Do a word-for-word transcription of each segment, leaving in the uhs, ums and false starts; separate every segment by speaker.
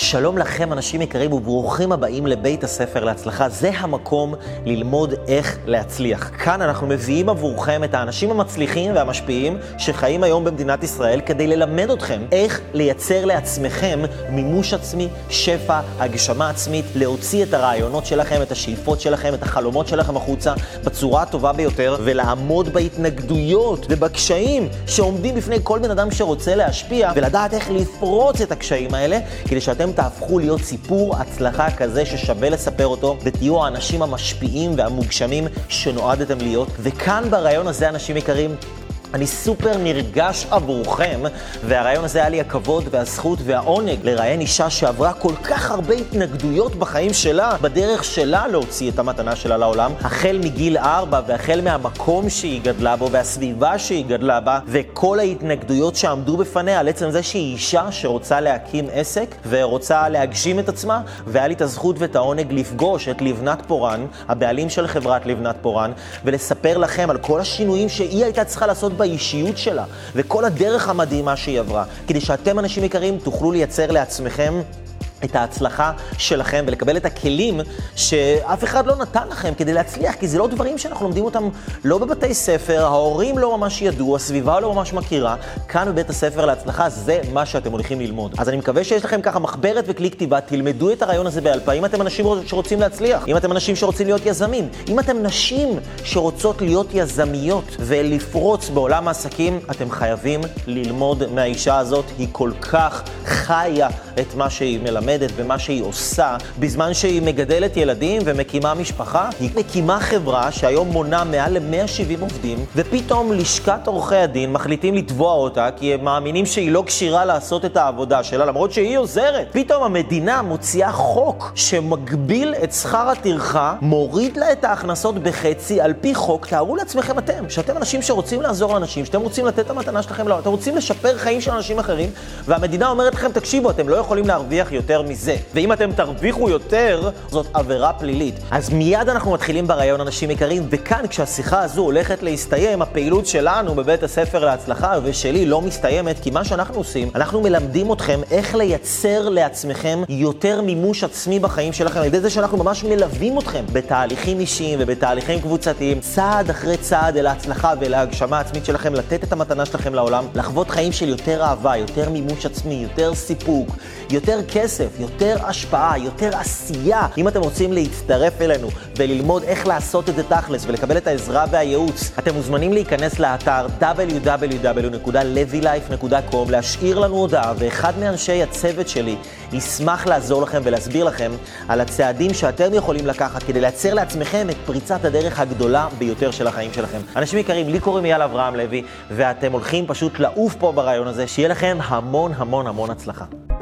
Speaker 1: שלום לכם אנשים יקרים וברוכים הבאים לבית הספר להצלחה. זה המקום ללמוד איך להצליח. כאן אנחנו מביאים עבורכם את האנשים המצליחים והמשפיעים שחיים היום במדינת ישראל כדי ללמד אתכם איך לייצר לעצמכם מימוש עצמי, שפע, הגשמה עצמית, להוציא את הרעיונות שלכם, את השאיפות שלכם, את החלומות שלכם החוצה בצורה הטובה ביותר ולעמוד בהתנגדויות ובקשיים שעומדים בפני כל בן אדם שרוצה להשפיע ולדעת איך לפרוץ את הקשיים האלה כדי שאתם תהפכו להיות סיפור הצלחה כזה ששווה לספר אותו ותהיו האנשים המשפיעים והמוגשמים שנועדתם להיות. וכאן ברעיון הזה אנשים יקרים, אני סופר נרגש עבורכם, והרעיון הזה היה לי הכבוד והזכות והעונג לראיין אישה שעברה כל כך הרבה התנגדויות בחיים שלה, בדרך שלה להוציא את המתנה שלה לעולם, החל מגיל ארבע והחל מהמקום שהיא גדלה בו והסביבה שהיא גדלה בה, וכל ההתנגדויות שעמדו בפניה על עצם זה שהיא אישה שרוצה להקים עסק ורוצה להגשים את עצמה. והיה לי את הזכות ואת העונג לפגוש את לבנת פורן, הבעלים של חברת לבנת פורן, ולספר לכם על כל השינויים שהיא הייתה צריכה לעשות באישיות שלה, וכל הדרך המדהימה שהיא עברה, כדי שאתם אנשים יקרים תוכלו לייצר לעצמכם את ההצלחה שלכם ולקבל את הכלים שאף אחד לא נתן לכם כדי להצליח, כי זה לא דברים שאנחנו לומדים אותם לא בבתי ספר, ההורים לא ממש ידעו, הסביבה לא ממש מכירה. כאן בבית הספר להצלחה זה מה שאתם הולכים ללמוד. אז אני מקווה שיש לכם ככה מחברת וכלי כתיבה, תלמדו את הרעיון הזה בעל פה. אם אתם אנשים שרוצים להצליח, אם אתם אנשים שרוצים להיות יזמים, אם אתם נשים שרוצות להיות יזמיות ולפרוץ בעולם העסקים, אתם חייבים ללמוד מהאישה הזאת. היא כל כך חיה את מה שהיא מלמדת ומה שהיא עושה בזמן שהיא מגדלת ילדים ומקימה משפחה. היא מקימה חברה שהיום מונה מעל ל-מאה ושבעים עובדים, ופתאום לשכת עורכי הדין מחליטים לתבוע אותה כי הם מאמינים שהיא לא קשירה לעשות את העבודה שלה למרות שהיא עוזרת. פתאום המדינה מוציאה חוק שמגביל את שכר הטרחה, מוריד לה את ההכנסות בחצי על פי חוק. תארו לעצמכם אתם, שאתם אנשים שרוצים לעזור לאנשים, שאתם רוצים לתת את המתנה שלכם, אתם רוצים לשפר חיים של אנשים אחרים, והמדינה אומרת לכם תקשיבו, אתם לא יכולים להרוויח יותר מזה, ואם אתם תרוויחו יותר זאת עבירה פלילית. אז מיד אנחנו מתחילים ברעיון אנשים יקרים, וכאן כשהשיחה הזו הולכת להסתיים, הפעילות שלנו בבית הספר להצלחה ושלי לא מסתיימת, כי מה שאנחנו עושים, אנחנו מלמדים אתכם איך לייצר לעצמכם יותר מימוש עצמי בחיים שלכם, על ידי זה שאנחנו ממש מלווים אתכם בתהליכים אישיים ובתהליכים קבוצתיים, צעד אחרי צעד אל ההצלחה ולהגשמה עצמית שלכם, לתת את המתנה שלכם לעולם, לחוות חיים של יותר אהבה, יותר מימוש עצמי, יותר סיפוק, יותר כסף, יותר השפעה, יותר עשייה. אם אתם רוצים להצטרף אלינו וללמוד איך לעשות את זה תכלס ולקבל את העזרה והייעוץ, אתם מוזמנים להיכנס לאתר דאבליו דאבליו דאבליו נקודה לוי לייף נקודה קום, להשאיר לנו הודעה, ואחד מאנשי הצוות שלי ישמח לעזור לכם ולהסביר לכם על הצעדים שאתם יכולים לקחת כדי לייצר לעצמכם את פריצת הדרך הגדולה ביותר של החיים שלכם. אנשים יקרים, לי קוראים אייל אברהם לוי, ואתם הולכים פשוט לעוף פה ברעיון הזה. שיהיה לכם המון המון המון הצלחה.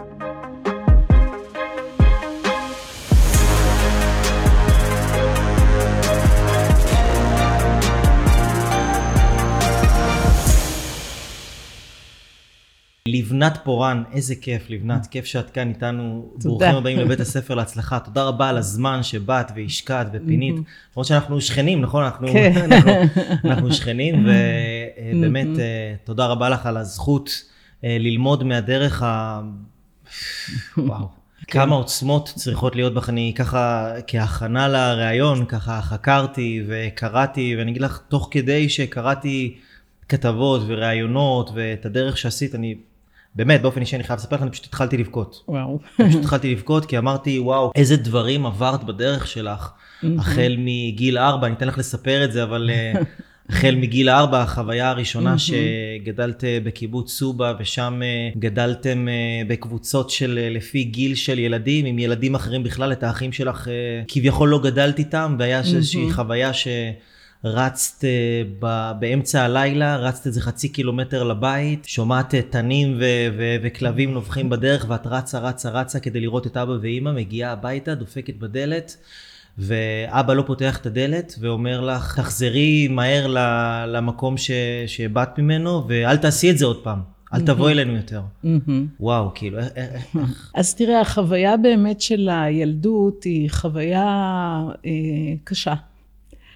Speaker 1: לבנת פורן, איזה כיף לבנת, כיף שאת כאן איתנו. ברוכים הבאים לבית הספר להצלחה. תודה רבה על הזמן שבאת והשקעת ופינית. למרות שאנחנו שכנים, נכון? אנחנו, אנחנו, אנחנו שכנים, ובאמת תודה רבה לך על הזכות ללמוד מהדרך ה... וואו. כמה עוצמות צריכות להיות בך. אני ככה כהכנה לראיון, ככה חקרתי וקראתי, ואני אגיד לך, תוך כדי שקראתי כתבות וראיונות ואת הדרך שעשית, אני באמת, באופן אישי אני חייב לספר לך, אני פשוט התחלתי לבכות.
Speaker 2: וואו.
Speaker 1: אני פשוט התחלתי לבכות כי אמרתי, וואו, איזה דברים עברת בדרך שלך, החל מגיל ארבע, אני אתן לך לספר את זה, אבל החל מגיל ארבע, החוויה הראשונה שגדלת בקיבוץ סובה, ושם גדלתם בקבוצות של לפי גיל של ילדים, עם ילדים אחרים בכלל, את האחים שלך כביכול לא גדלת איתם, והיה איזושהי חוויה ש... רצת באמצע הלילה, רצת איזה חצי קילומטר לבית, שומעת תנים ו- ו- וכלבים נובחים בדרך, ואת רצה, רצה, רצה כדי לראות את אבא ואמא, מגיעה הביתה, דופקת בדלת, ואבא לא פותח את הדלת, ואומר לך, תחזרי מהר למקום ש- שבאת ממנו, ואל תעשי את זה עוד פעם. אל תבוא אלינו יותר. וואו, כאילו, איך...
Speaker 2: אז תראה, החוויה באמת של הילדות היא חוויה קשה.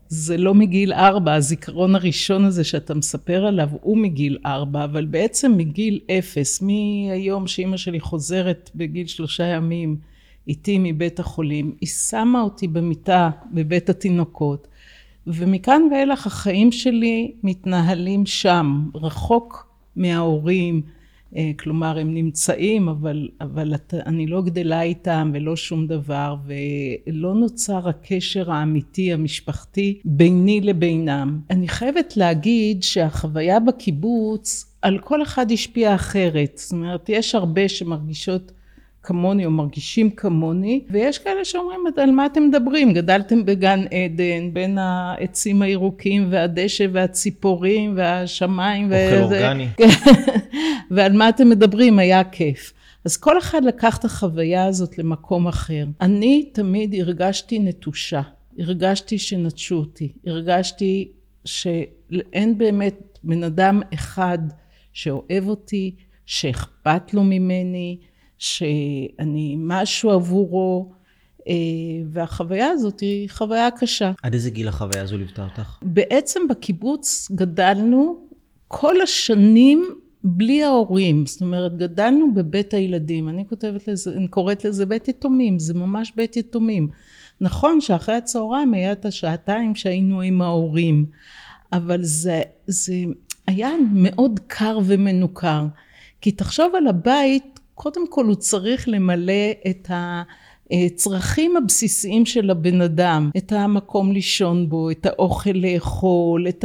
Speaker 2: זה לא מגיל ארבע, הזיכרון הראשון הזה שאתה מספר עליו הוא מגיל ארבע, אבל בעצם מגיל אפס, מהיום שאמא שלי חוזרת בגיל שלושה ימים איתי מבית החולים, היא שמה אותי במיטה בבית התינוקות, ומכאן ואילך החיים שלי מתנהלים שם, רחוק מההורים, כלומר הם נמצאים, אבל, אבל אני לא גדלה איתם ולא שום דבר, ולא נוצר הקשר האמיתי המשפחתי ביני לבינם. אני חייבת להגיד שהחוויה בקיבוץ על כל אחד השפיעה אחרת, זאת אומרת יש הרבה שמרגישות כמוני או מרגישים כמוני, ויש כאלה שאומרים על מה אתם מדברים, גדלתם בגן עדן בין העצים הירוקים והדשא והציפורים והשמיים
Speaker 1: אוכל אורגני
Speaker 2: ועל מה אתם מדברים, היה כיף. אז כל אחד לקח את החוויה הזאת למקום אחר. אני תמיד הרגשתי נטושה, הרגשתי שנטשו אותי, הרגשתי שאין באמת בן אדם אחד שאוהב אותי, שאכפת לו ממני, שאני משהו עבורו, והחוויה הזאת היא חוויה קשה.
Speaker 1: עד איזה גיל החוויה הזו ליוותה אותך?
Speaker 2: בעצם בקיבוץ גדלנו כל השנים בלי ההורים, זאת אומרת גדלנו בבית הילדים, אני כותבת לזה, אני קוראת לזה בית יתומים, זה ממש בית יתומים. נכון שאחרי הצהריים היה את השעתיים שהיינו עם ההורים, אבל זה, זה היה מאוד קר ומנוכר, כי תחשוב על הבית, קודם כל הוא צריך למלא את הצרכים הבסיסיים של הבן אדם, את המקום לישון בו, את האוכל לאכול, את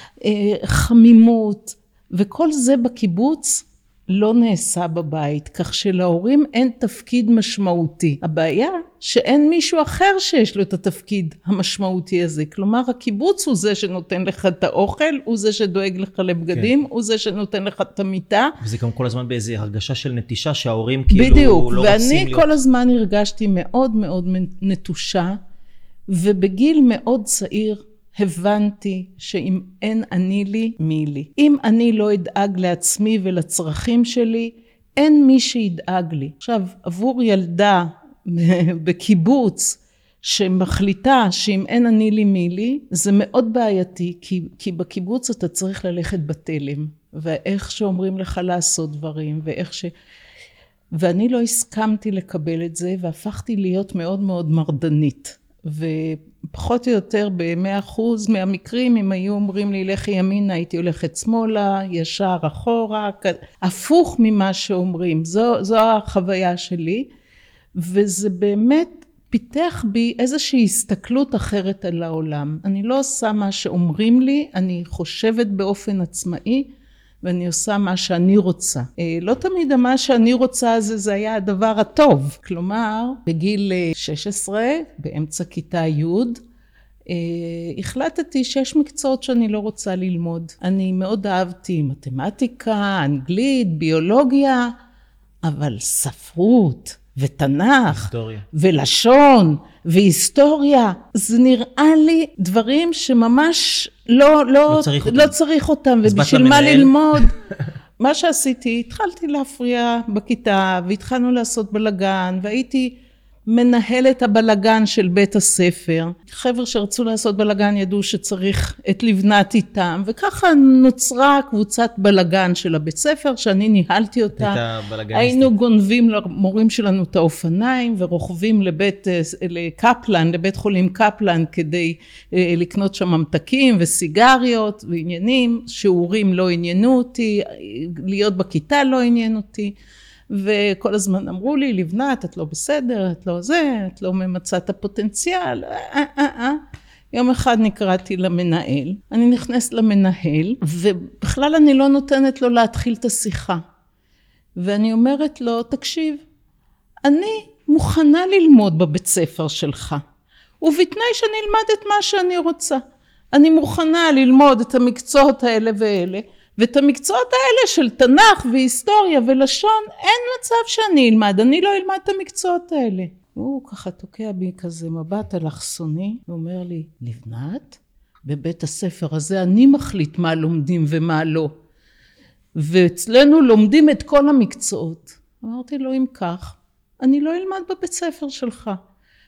Speaker 2: החמימות, וכל זה בקיבוץ לא נעשה בבית, כך שלהורים אין תפקיד משמעותי. הבעיה שאין מישהו אחר שיש לו את התפקיד המשמעותי הזה, כלומר הקיבוץ הוא זה שנותן לך את האוכל, הוא זה שדואג לך לבגדים, כן. הוא זה שנותן לך את המיטה.
Speaker 1: וזה גם כל הזמן באיזו הרגשה של נטישה שההורים כאילו
Speaker 2: בדיוק,
Speaker 1: לא רוצים להיות.
Speaker 2: בדיוק, ואני כל הזמן הרגשתי מאוד מאוד נטושה, ובגיל מאוד צעיר הבנתי שאם אין אני לי, מי לי. אם אני לא אדאג לעצמי ולצרכים שלי, אין מי שידאג לי. עכשיו, עבור ילדה בקיבוץ שמחליטה שאם אין אני לי, מי לי, זה מאוד בעייתי, כי, כי בקיבוץ אתה צריך ללכת בתלם, ואיך שאומרים לך לעשות דברים, ואיך ש... ואני לא הסכמתי לקבל את זה, והפכתי להיות מאוד מאוד מרדנית. ופחות או יותר ב-מאה אחוז מהמקרים, אם היו אומרים לי לכי ימינה, הייתי הולכת שמאלה, ישר אחורה, הפוך ממה שאומרים. זו, זו החוויה שלי, וזה באמת פיתח בי איזושהי הסתכלות אחרת על העולם. אני לא עושה מה שאומרים לי, אני חושבת באופן עצמאי, ואני עושה מה שאני רוצה. לא תמיד מה שאני רוצה זה, זה היה הדבר הטוב. כלומר, בגיל שש עשרה, באמצע כיתה י', החלטתי שיש מקצועות שאני לא רוצה ללמוד. אני מאוד אהבתי מתמטיקה, אנגלית, ביולוגיה, אבל ספרות ותנ"ך, היסטוריה. ולשון והיסטוריה, זה נראה לי דברים שממש לא, לא,
Speaker 1: לא, צריך,
Speaker 2: לא צריך אותם, ובשביל מה ללמוד. מה שעשיתי, התחלתי להפריע בכיתה, והתחלנו לעשות בלגן, והייתי מנהלת הבלגן של בית הספר. חבר'ה שרצו לעשות בלגן ידעו שצריך את לבנת איתם, וככה נוצרה קבוצת בלגן של הבית ספר, שאני ניהלתי אותה. היינו גונבים למורים שלנו את האופניים, ורוכבים לבית, לקפלן, לבית חולים קפלן, כדי לקנות שם ממתקים וסיגריות ועניינים. שיעורים לא עניינו אותי, להיות בכיתה לא עניין אותי. וכל הזמן אמרו לי, לבנת, את לא בסדר, את לא זה, את לא ממצאת הפוטנציאל, אה, אה, אה. יום אחד נקראתי למנהל, אני נכנסת למנהל, ובכלל אני לא נותנת לו להתחיל את השיחה. ואני אומרת לו, תקשיב, אני מוכנה ללמוד בבית ספר שלך, ובתנאי שאני אלמד את מה שאני רוצה. אני מוכנה ללמוד את המקצועות האלה ואלה, ואת המקצועות האלה של תנ"ך והיסטוריה ולשון, אין מצב שאני אלמד, אני לא אלמד את המקצועות האלה. הוא ככה תוקע בי כזה מבט אלכסוני, ואומר לי, לבנת, בבית הספר הזה אני מחליט מה לומדים ומה לא. ואצלנו לומדים את כל המקצועות. אמרתי לו, אם כך, אני לא אלמד בבית ספר שלך.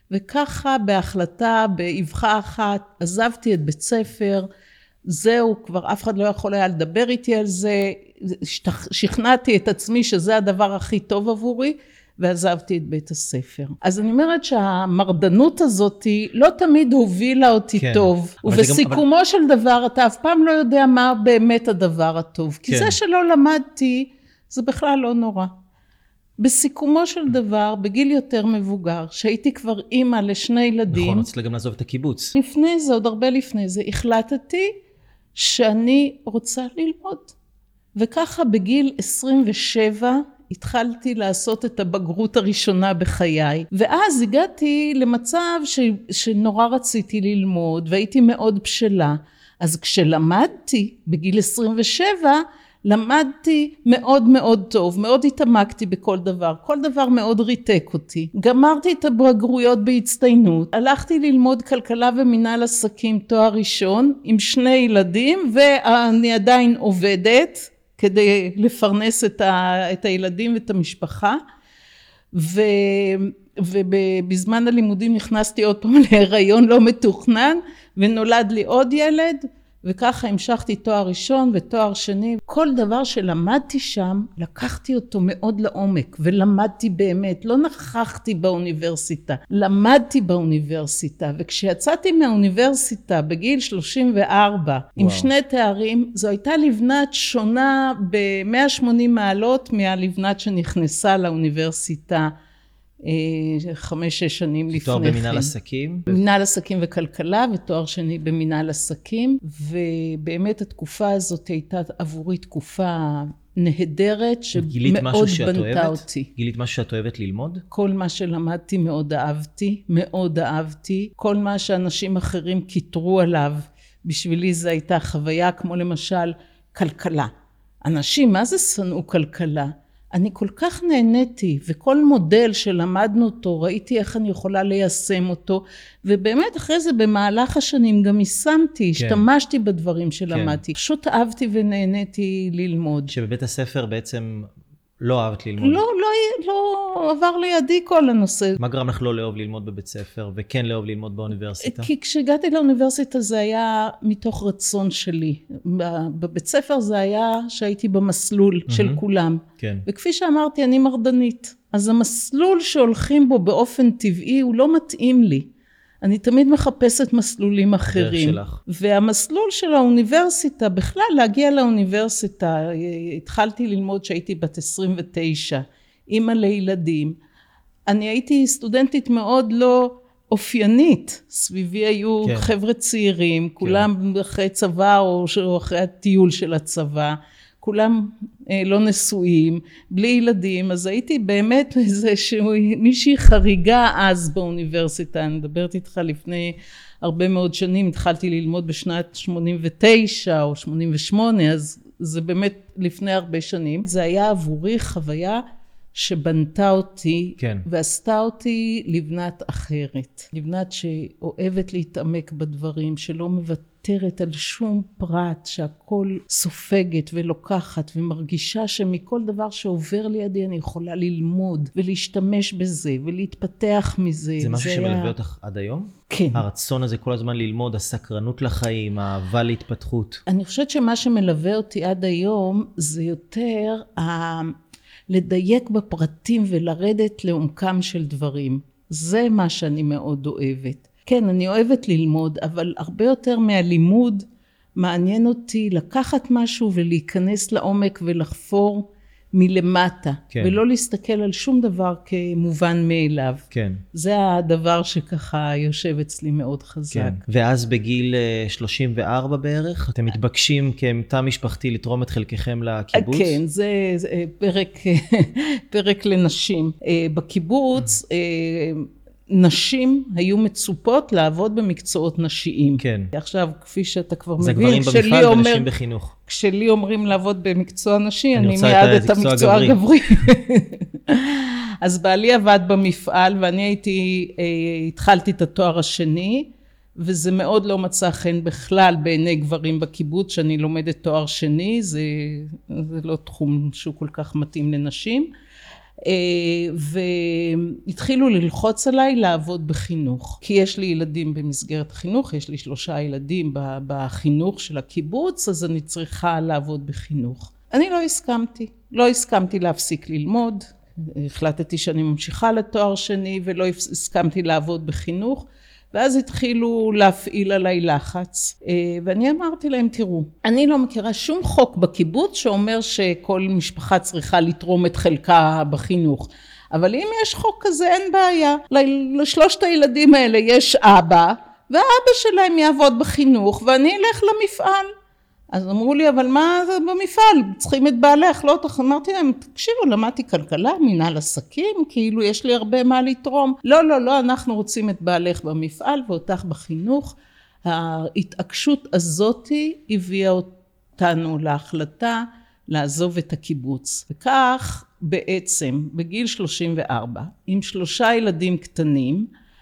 Speaker 2: וככה בהחלטה, באבחה אחת, עזבתי את בית ספר, זהו, כבר אף אחד לא יכול היה לדבר איתי על זה, שכנעתי את עצמי שזה הדבר הכי טוב עבורי, ועזבתי את בית הספר. אז אני אומרת שהמרדנות הזאת לא תמיד הובילה אותי כן, טוב, ובסיכומו גם... של דבר אתה אף פעם לא יודע מה באמת הדבר הטוב, כי כן. זה שלא למדתי זה בכלל לא נורא. בסיכומו של דבר, בגיל יותר מבוגר, שהייתי כבר אימא לשני ילדים.
Speaker 1: נכון, רצית גם לעזוב את הקיבוץ.
Speaker 2: לפני זה, עוד הרבה לפני זה, החלטתי שאני רוצה ללמוד. וככה בגיל עשרים ושבע התחלתי לעשות את הבגרות הראשונה בחיי. ואז הגעתי למצב ש, שנורא רציתי ללמוד, והייתי מאוד בשלה. אז כשלמדתי בגיל עשרים ושבע, למדתי מאוד מאוד טוב, מאוד התעמקתי בכל דבר, כל דבר מאוד ריתק אותי. גמרתי את הבגרויות בהצטיינות, הלכתי ללמוד כלכלה ומנהל עסקים תואר ראשון עם שני ילדים, ואני עדיין עובדת כדי לפרנס את, ה, את הילדים ואת המשפחה, ו, ובזמן הלימודים נכנסתי עוד פעם להיריון לא מתוכנן, ונולד לי עוד ילד, וככה המשכתי תואר ראשון ותואר שני. כל דבר שלמדתי שם, לקחתי אותו מאוד לעומק, ולמדתי באמת, לא נכחתי באוניברסיטה, למדתי באוניברסיטה, וכשיצאתי מהאוניברסיטה בגיל שלושים וארבע, וואו. עם שני תארים, זו הייתה לבנת שונה ב-מאה ושמונים מעלות, מהלבנת שנכנסה לאוניברסיטה, חמש שש שנים לפני כן.
Speaker 1: תואר במנהל עסקים?
Speaker 2: מנהל עסקים וכלכלה, ותואר שני במנהל עסקים, ובאמת התקופה הזאת הייתה עבורי תקופה נהדרת, שמאוד בנתה אותי.
Speaker 1: גילית משהו שאת אוהבת ללמוד?
Speaker 2: כל מה שלמדתי מאוד אהבתי, מאוד אהבתי. כל מה שאנשים אחרים קיטרו עליו, בשבילי זה הייתה חוויה, כמו למשל כלכלה. אנשים, מה זה שנאו כלכלה? אני כל כך נהניתי, וכל מודל שלמדנו אותו, ראיתי איך אני יכולה ליישם אותו, ובאמת אחרי זה במהלך השנים גם יישמתי, כן. השתמשתי בדברים שלמדתי, כן. פשוט אהבתי ונהניתי ללמוד.
Speaker 1: שבבית הספר בעצם לא אהבת ללמוד?
Speaker 2: לא, לא, לא עבר לידי כל הנושא.
Speaker 1: מה גרם לך לא לאהוב ללמוד בבית ספר, וכן לאהוב ללמוד באוניברסיטה?
Speaker 2: כי כשהגעתי לאוניברסיטה זה היה מתוך רצון שלי. בבית ספר זה היה שהייתי במסלול mm-hmm. של כולם.
Speaker 1: כן.
Speaker 2: וכפי שאמרתי, אני מרדנית. אז המסלול שהולכים בו באופן טבעי הוא לא מתאים לי. אני תמיד מחפשת מסלולים אחרים. שלך. והמסלול של האוניברסיטה, בכלל להגיע לאוניברסיטה, התחלתי ללמוד שהייתי בת עשרים ותשע, אימא לילדים. אני הייתי סטודנטית מאוד לא אופיינית, סביבי היו כן. חבר'ה צעירים, כולם כן. אחרי צבא או אחרי הטיול של הצבא, כולם לא נשואים, בלי ילדים, אז הייתי באמת איזשהו, מישהי חריגה אז באוניברסיטה, אני מדברת איתך לפני הרבה מאוד שנים, התחלתי ללמוד בשנת שמונים ותשע או שמונים ושמונה, אז זה באמת לפני הרבה שנים. זה היה עבורי חוויה שבנתה אותי,
Speaker 1: כן.
Speaker 2: ועשתה אותי לבנת אחרת. לבנת שאוהבת להתעמק בדברים, שלא מוותרת על שום פרט, שהכל סופגת ולוקחת, ומרגישה שמכל דבר שעובר לידי אני יכולה ללמוד, ולהשתמש בזה, ולהתפתח מזה.
Speaker 1: זה משהו שמלווה היה... אותך עד היום?
Speaker 2: כן.
Speaker 1: הרצון הזה כל הזמן ללמוד, הסקרנות לחיים, האהבה להתפתחות.
Speaker 2: אני חושבת שמה שמלווה אותי עד היום, זה יותר ה... לדייק בפרטים ולרדת לעומקם של דברים. זה מה שאני מאוד אוהבת. כן, אני אוהבת ללמוד, אבל הרבה יותר מהלימוד מעניין אותי לקחת משהו ולהיכנס לעומק ולחפור מלמטה. כן. ולא להסתכל על שום דבר כמובן מאליו.
Speaker 1: כן.
Speaker 2: זה הדבר שככה יושב אצלי מאוד חזק. כן.
Speaker 1: ואז בגיל שלושים וארבע בערך, אתם מתבקשים כמתא משפחתי לתרום את חלקכם לקיבוץ?
Speaker 2: כן, זה, זה פרק, פרק לנשים. בקיבוץ, נשים היו מצופות לעבוד במקצועות נשיים.
Speaker 1: כן.
Speaker 2: עכשיו, כפי שאתה כבר מבין,
Speaker 1: זה גברים במפעל ונשים בחינוך.
Speaker 2: כשלי אומרים לעבוד במקצוע נשי, אני, אני מיד את, את המקצוע הגברי. אז בעלי עבד במפעל, ואני הייתי, התחלתי את התואר השני, וזה מאוד לא מצא חן בכלל בעיני גברים בקיבוץ, שאני לומדת תואר שני, זה, זה לא תחום שהוא כל כך מתאים לנשים. והתחילו ללחוץ עליי לעבוד בחינוך, כי יש לי ילדים במסגרת החינוך, יש לי שלושה ילדים בחינוך של הקיבוץ, אז אני צריכה לעבוד בחינוך. אני לא הסכמתי, לא הסכמתי להפסיק ללמוד, החלטתי שאני ממשיכה לתואר שני ולא הסכמתי לעבוד בחינוך, ואז התחילו להפעיל עליי לחץ, ואני אמרתי להם, תראו, אני לא מכירה שום חוק בקיבוץ שאומר שכל משפחה צריכה לתרום את חלקה בחינוך, אבל אם יש חוק כזה אין בעיה, לשלושת הילדים האלה יש אבא, והאבא שלהם יעבוד בחינוך ואני אלך למפעל. אז אמרו לי, אבל מה זה במפעל? צריכים את בעלך, לא תח... אמרתי להם, תקשיבו, למדתי כלכלה, מנהל עסקים, כאילו יש לי הרבה מה לתרום. לא, לא, לא, אנחנו רוצים את בעלך במפעל ואותך בחינוך. ההתעקשות הזאת הביאה אותנו להחלטה לעזוב את הקיבוץ. וכך בעצם, בגיל שלושים וארבע, עם שלושה ילדים קטנים,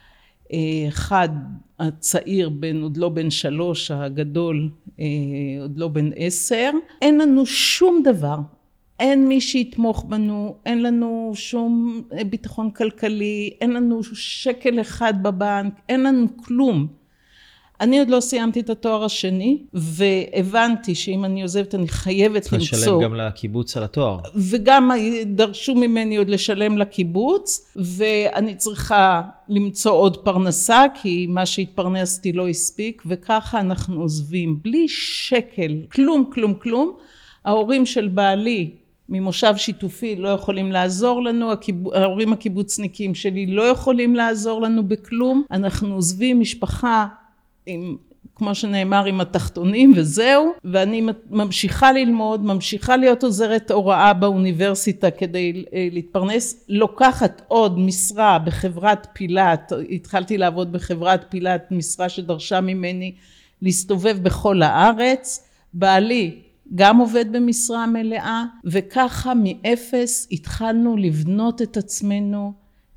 Speaker 2: אחד הצעיר בן, עוד לא בן שלוש, הגדול עוד לא בן עשר, אין לנו שום דבר, אין מי שיתמוך בנו, אין לנו שום ביטחון כלכלי, אין לנו שקל אחד בבנק, אין לנו כלום. אני עוד לא סיימתי את התואר השני, והבנתי שאם אני עוזבת אני חייבת למצוא.
Speaker 1: לשלם גם לקיבוץ על התואר.
Speaker 2: וגם דרשו ממני עוד לשלם לקיבוץ, ואני צריכה למצוא עוד פרנסה, כי מה שהתפרנסתי לא הספיק, וככה אנחנו עוזבים, בלי שקל, כלום, כלום, כלום. ההורים של בעלי, ממושב שיתופי, לא יכולים לעזור לנו, ההורים הקיבוצניקים שלי לא יכולים לעזור לנו בכלום. אנחנו עוזבים משפחה, עם, כמו שנאמר, עם התחתונים וזהו, ואני ממשיכה ללמוד, ממשיכה להיות עוזרת הוראה באוניברסיטה כדי להתפרנס, לוקחת עוד משרה בחברת פילת, התחלתי לעבוד בחברת פילת, משרה שדרשה ממני להסתובב בכל הארץ, בעלי גם עובד במשרה מלאה, וככה מאפס התחלנו לבנות את עצמנו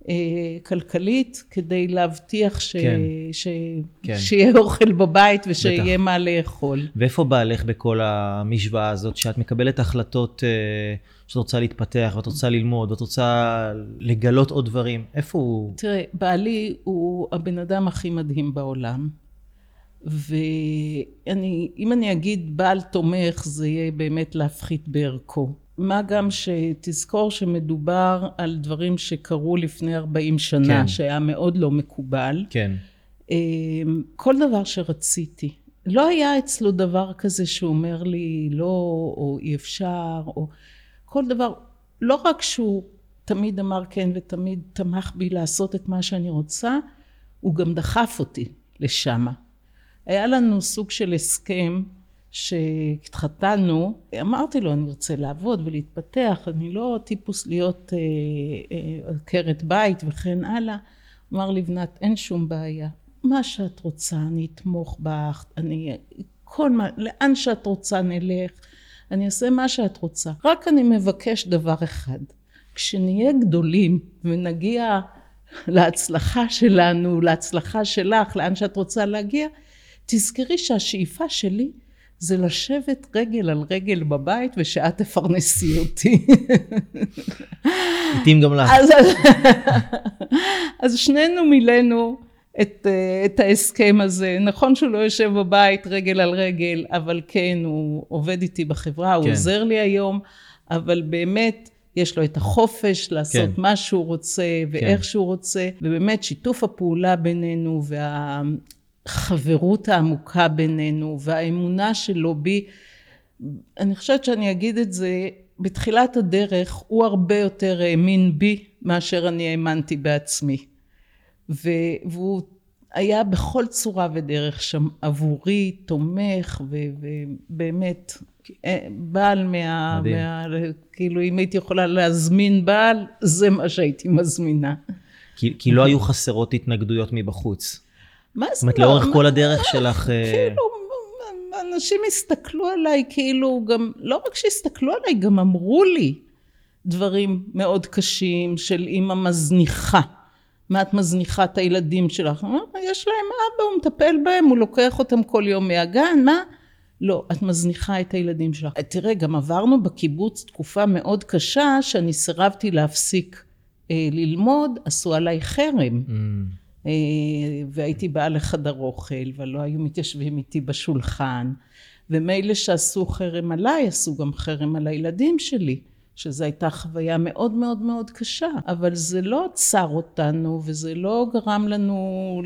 Speaker 2: כלכלית, כדי להבטיח ש... כן, ש... כן. שיהיה אוכל בבית ושיהיה בטח. מה לאכול.
Speaker 1: ואיפה בעלך בכל המשוואה הזאת, שאת מקבלת החלטות שאת רוצה להתפתח, ואת רוצה ללמוד, ואת רוצה לגלות עוד דברים, איפה הוא?
Speaker 2: תראה, בעלי הוא הבן אדם הכי מדהים בעולם, ואני, אם אני אגיד בעל תומך, זה יהיה באמת להפחית בערכו. מה גם שתזכור שמדובר על דברים שקרו לפני ארבעים שנה, כן. שהיה מאוד לא מקובל.
Speaker 1: כן.
Speaker 2: כל דבר שרציתי. לא היה אצלו דבר כזה שאומר לי לא, או אי אפשר, או כל דבר. לא רק שהוא תמיד אמר כן ותמיד תמך בי לעשות את מה שאני רוצה, הוא גם דחף אותי לשם. היה לנו סוג של הסכם, שהתחתנו, אמרתי לו, אני רוצה לעבוד ולהתפתח, אני לא טיפוס להיות עקרת בית וכן הלאה. אמר לי, בנת, אין שום בעיה. מה שאת רוצה, אני אתמוך בך, אני, כל מה, לאן שאת רוצה נלך, אני אעשה מה שאת רוצה. רק אני מבקש דבר אחד, כשנהיה גדולים ונגיע להצלחה שלנו, להצלחה שלך, לאן שאת רוצה להגיע, תזכרי שהשאיפה שלי זה לשבת רגל על רגל בבית ושאת תפרנסי אותי.
Speaker 1: מתאים גם לך.
Speaker 2: אז, אז שנינו מילאנו את, את ההסכם הזה. נכון שהוא לא יושב בבית רגל על רגל, אבל כן, הוא עובד איתי בחברה, הוא כן. עוזר לי היום, אבל באמת יש לו את החופש לעשות כן. מה שהוא רוצה ואיך כן. שהוא רוצה, ובאמת שיתוף הפעולה בינינו וה... חברות העמוקה בינינו והאמונה שלו בי, אני חושבת שאני אגיד את זה, בתחילת הדרך הוא הרבה יותר האמין בי מאשר אני האמנתי בעצמי. והוא היה בכל צורה ודרך שם עבורי, תומך ובאמת בעל מה, מה... כאילו אם הייתי יכולה להזמין בעל, זה מה שהייתי מזמינה.
Speaker 1: כי, כי לא היו חסרות התנגדויות מבחוץ.
Speaker 2: מה זה?
Speaker 1: זאת אומרת, לאורך כל הדרך שלך...
Speaker 2: כאילו, אנשים הסתכלו עליי, כאילו, גם, לא רק שהסתכלו עליי, גם אמרו לי דברים מאוד קשים של אמא מזניחה. מה את מזניחה את הילדים שלך? יש להם אבא, הוא מטפל בהם, הוא לוקח אותם כל יום מהגן, מה? לא, את מזניחה את הילדים שלך. תראה, גם עברנו בקיבוץ תקופה מאוד קשה, שאני סירבתי להפסיק אה, ללמוד, עשו עליי חרם. Mm. אה, והייתי באה לחדר אוכל, ולא היו מתיישבים איתי בשולחן. ומילא שעשו חרם עליי, עשו גם חרם על הילדים שלי. שזו הייתה חוויה מאוד מאוד מאוד קשה, אבל זה לא עצר אותנו, וזה לא גרם לנו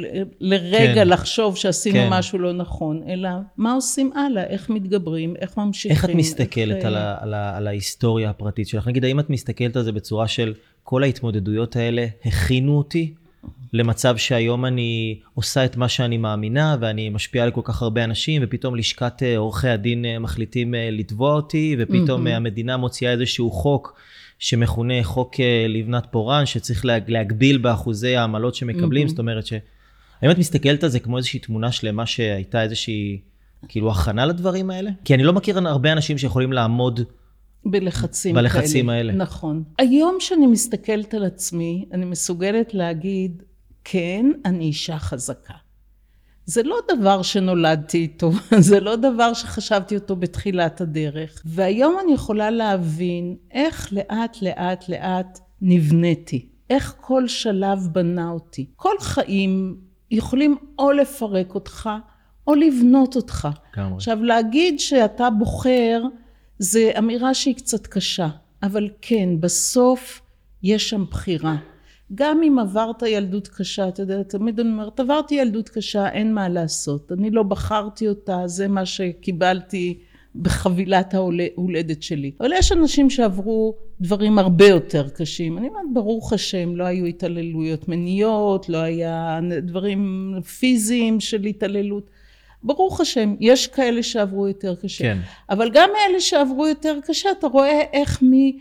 Speaker 2: לרגע כן. לחשוב שעשינו כן. משהו לא נכון, אלא מה עושים הלאה, איך מתגברים, איך ממשיכים.
Speaker 1: איך את מסתכלת איך... על, ה, על, ה, על ההיסטוריה הפרטית שלך? נגיד, האם את מסתכלת על זה בצורה של כל ההתמודדויות האלה הכינו אותי למצב שהיום אני עושה את מה שאני מאמינה, ואני משפיעה על כל כך הרבה אנשים, ופתאום לשכת עורכי הדין מחליטים לתבוע אותי, ופתאום mm-hmm. המדינה מוציאה איזשהו חוק, שמכונה חוק לבנת פורן, שצריך להגביל באחוזי העמלות שמקבלים, mm-hmm. זאת אומרת ש... האם את מסתכלת על זה כמו איזושהי תמונה שלמה, שהייתה איזושהי, כאילו, הכנה לדברים האלה? כי אני לא מכיר הרבה אנשים שיכולים לעמוד
Speaker 2: בלחצים,
Speaker 1: בלחצים
Speaker 2: כאלה.
Speaker 1: האלה.
Speaker 2: נכון. היום שאני מסתכלת על עצמי, אני מסוגלת להגיד, כן, אני אישה חזקה. זה לא דבר שנולדתי איתו, זה לא דבר שחשבתי אותו בתחילת הדרך. והיום אני יכולה להבין איך לאט לאט לאט נבניתי. איך כל שלב בנה אותי. כל חיים יכולים או לפרק אותך, או לבנות אותך. כמה. עכשיו, להגיד שאתה בוחר, זה אמירה שהיא קצת קשה. אבל כן, בסוף יש שם בחירה. גם אם עברת ילדות קשה, אתה יודע, תמיד אני אומרת, עברתי ילדות קשה, אין מה לעשות. אני לא בחרתי אותה, זה מה שקיבלתי בחבילת ההולדת שלי. אבל יש אנשים שעברו דברים הרבה יותר קשים. אני אומרת, ברוך השם, לא היו התעללויות מיניות, לא היה דברים פיזיים של התעללות. ברוך השם, יש כאלה שעברו יותר קשה. כן. אבל גם אלה שעברו יותר קשה, אתה רואה איך מי...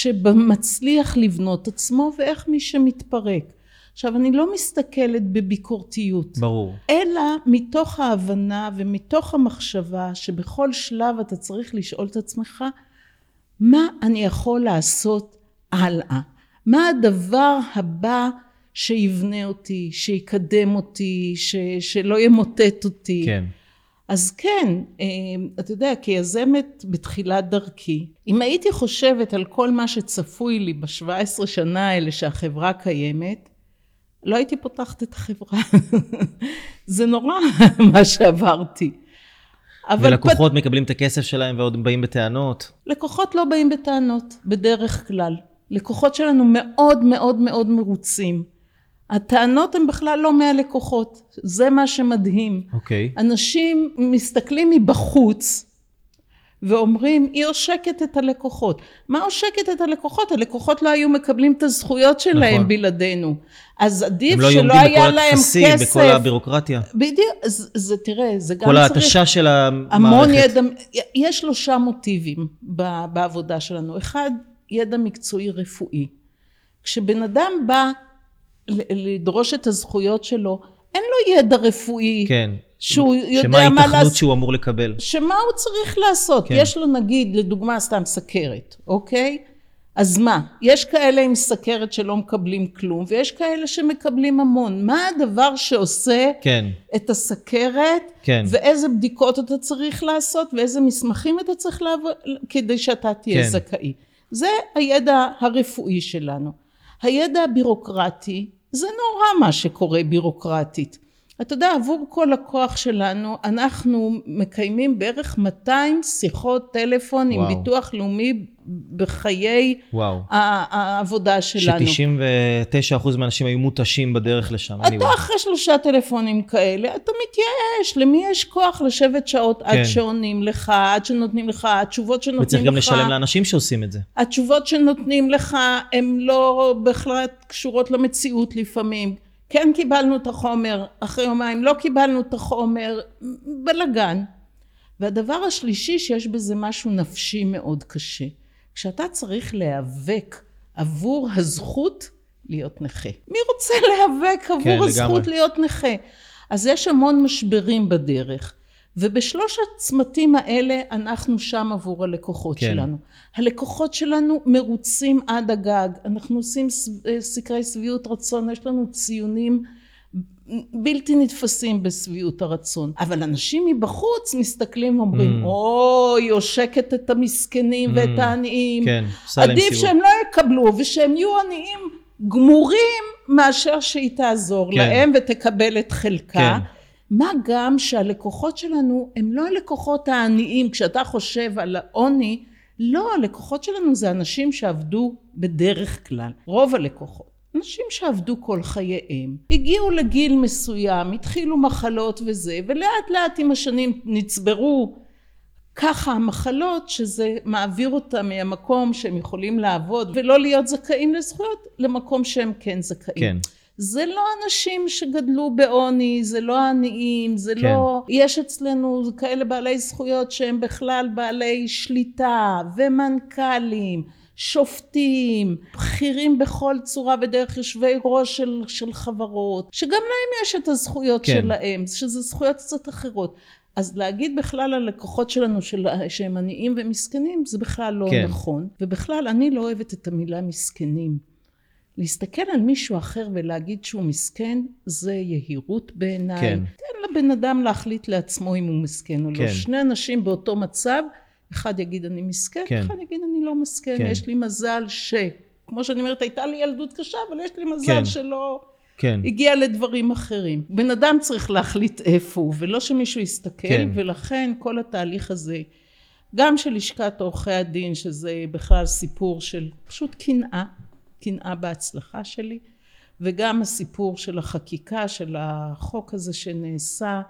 Speaker 2: שמצליח לבנות עצמו, ואיך מי שמתפרק. עכשיו, אני לא מסתכלת בביקורתיות.
Speaker 1: ברור.
Speaker 2: אלא מתוך ההבנה ומתוך המחשבה, שבכל שלב אתה צריך לשאול את עצמך, מה אני יכול לעשות הלאה? מה הדבר הבא שיבנה אותי, שיקדם אותי, ש, שלא ימוטט אותי?
Speaker 1: כן.
Speaker 2: אז כן, אתה יודע, כיזמת בתחילת דרכי, אם הייתי חושבת על כל מה שצפוי לי בשבע עשרה שנה האלה שהחברה קיימת, לא הייתי פותחת את החברה. זה נורא מה שעברתי.
Speaker 1: ולקוחות פת... מקבלים את הכסף שלהם ועוד באים בטענות?
Speaker 2: לקוחות לא באים בטענות, בדרך כלל. לקוחות שלנו מאוד מאוד מאוד מרוצים. הטענות הן בכלל לא מהלקוחות, זה מה שמדהים.
Speaker 1: אוקיי.
Speaker 2: אנשים מסתכלים מבחוץ ואומרים, היא עושקת את הלקוחות. מה עושקת את הלקוחות? הלקוחות לא היו מקבלים את הזכויות שלהם נכון. בלעדינו. אז עדיף שלא היה להם כסף. הם לא יומדים בכל הטפסים,
Speaker 1: בכל הבירוקרטיה.
Speaker 2: בדיוק, אז זה תראה, זה גם
Speaker 1: כל צריך... כל ההתשה של המערכת.
Speaker 2: המון ידע, יש שלושה מוטיבים בעבודה שלנו. אחד, ידע מקצועי רפואי. כשבן אדם בא לדרוש את הזכויות שלו, אין לו ידע רפואי,
Speaker 1: כן.
Speaker 2: שהוא יודע
Speaker 1: שמה
Speaker 2: מה
Speaker 1: ההתכנות
Speaker 2: לעשות,
Speaker 1: שהוא אמור לקבל.
Speaker 2: שמה הוא צריך לעשות, כן. יש לו נגיד, לדוגמה סתם סכרת, אוקיי? אז מה? יש כאלה עם סכרת שלא מקבלים כלום, ויש כאלה שמקבלים המון. מה הדבר שעושה
Speaker 1: כן.
Speaker 2: את הסכרת,
Speaker 1: כן.
Speaker 2: ואיזה בדיקות אתה צריך לעשות, ואיזה מסמכים אתה צריך לעבוד, כדי שאתה תהיה כן. זכאי. זה הידע הרפואי שלנו. הידע הבירוקרטי, זה נורא מה שקורה בירוקרטית. אתה יודע, עבור כל הכוח שלנו, אנחנו מקיימים בערך מאתיים שיחות טלפון וואו. עם ביטוח לאומי בחיי וואו. העבודה שלנו.
Speaker 1: ש-תשעים ותשעה אחוז מהאנשים היו מותשים בדרך לשם.
Speaker 2: אתה אחרי שלושה טלפונים כאלה, אתה מתייאש. למי יש כוח לשבת שעות כן. עד שעונים לך, עד שנותנים לך, התשובות שנותנים לך.
Speaker 1: וצריך גם לשלם לאנשים שעושים את זה.
Speaker 2: התשובות שנותנים לך, הן לא בכלל קשורות למציאות לפעמים. כן קיבלנו את החומר, אחרי יומיים לא קיבלנו את החומר, בלגן. והדבר השלישי שיש בזה משהו נפשי מאוד קשה. כשאתה צריך להיאבק עבור הזכות להיות נכה. מי רוצה להיאבק עבור כן, הזכות לגמרי. להיות נכה? אז יש המון משברים בדרך. ובשלוש הצמתים האלה אנחנו שם עבור הלקוחות כן. שלנו. הלקוחות שלנו מרוצים עד הגג, אנחנו עושים סקרי שביעות רצון, יש לנו ציונים בלתי נתפסים בסביעות הרצון. אבל אנשים מבחוץ מסתכלים ואומרים, אוי, היא עושקת את המסכנים ואת העניים.
Speaker 3: כן,
Speaker 2: עדיף שהם לא יקבלו ושהם יהיו עניים גמורים מאשר שהיא תעזור להם ותקבל את חלקה. מה גם שהלקוחות שלנו הם לא הלקוחות העניים. כשאתה חושב על העוני, לא, הלקוחות שלנו זה אנשים שעבדו בדרך כלל. רוב הלקוחות. אנשים שעבדו כל חייהם, הגיעו לגיל מסוים, התחילו מחלות וזה, ולאט לאט עם השנים נצברו ככה המחלות, שזה מעביר אותם מהמקום שהם יכולים לעבוד ולא להיות זכאים לזכויות, למקום שהם כן זכאים.
Speaker 3: כן.
Speaker 2: זה לא אנשים שגדלו בעוני, זה לא עניים, זה כן. לא... יש אצלנו כאלה בעלי זכויות שהם בכלל בעלי שליטה ומנכ"לים, שופטים, בכירים בכל צורה ודרך, יושבי ראש של, של חברות, שגם להם יש את הזכויות כן. שלהם, שזה זכויות קצת אחרות. אז להגיד בכלל על לקוחות שלנו של, שהם עניים ומסכנים, זה בכלל לא כן. נכון. ובכלל אני לא אוהבת את המילה מסכנים. להסתכל על מישהו אחר ולהגיד שהוא מסכן, זה יהירות בעיניי. כן. תן לבן אדם להחליט לעצמו אם הוא מסכן או כן. לא. שני אנשים באותו מצב, אחד יגיד אני מסכן, כן. אחד יגיד אני לא מסכן. כן. יש לי מזל ש... כמו שאני אומרת, הייתה לי ילדות קשה, אבל יש לי מזל כן. שלא כן. הגיע לדברים אחרים. בן אדם צריך להחליט איפה הוא, ולא שמישהו יסתכל, כן. ולכן כל התהליך הזה, גם של לשכת עורכי הדין, שזה בכלל סיפור של פשוט קנאה, קנאה בהצלחה שלי, וגם הסיפור של החקיקה, של החוק הזה שנעשה,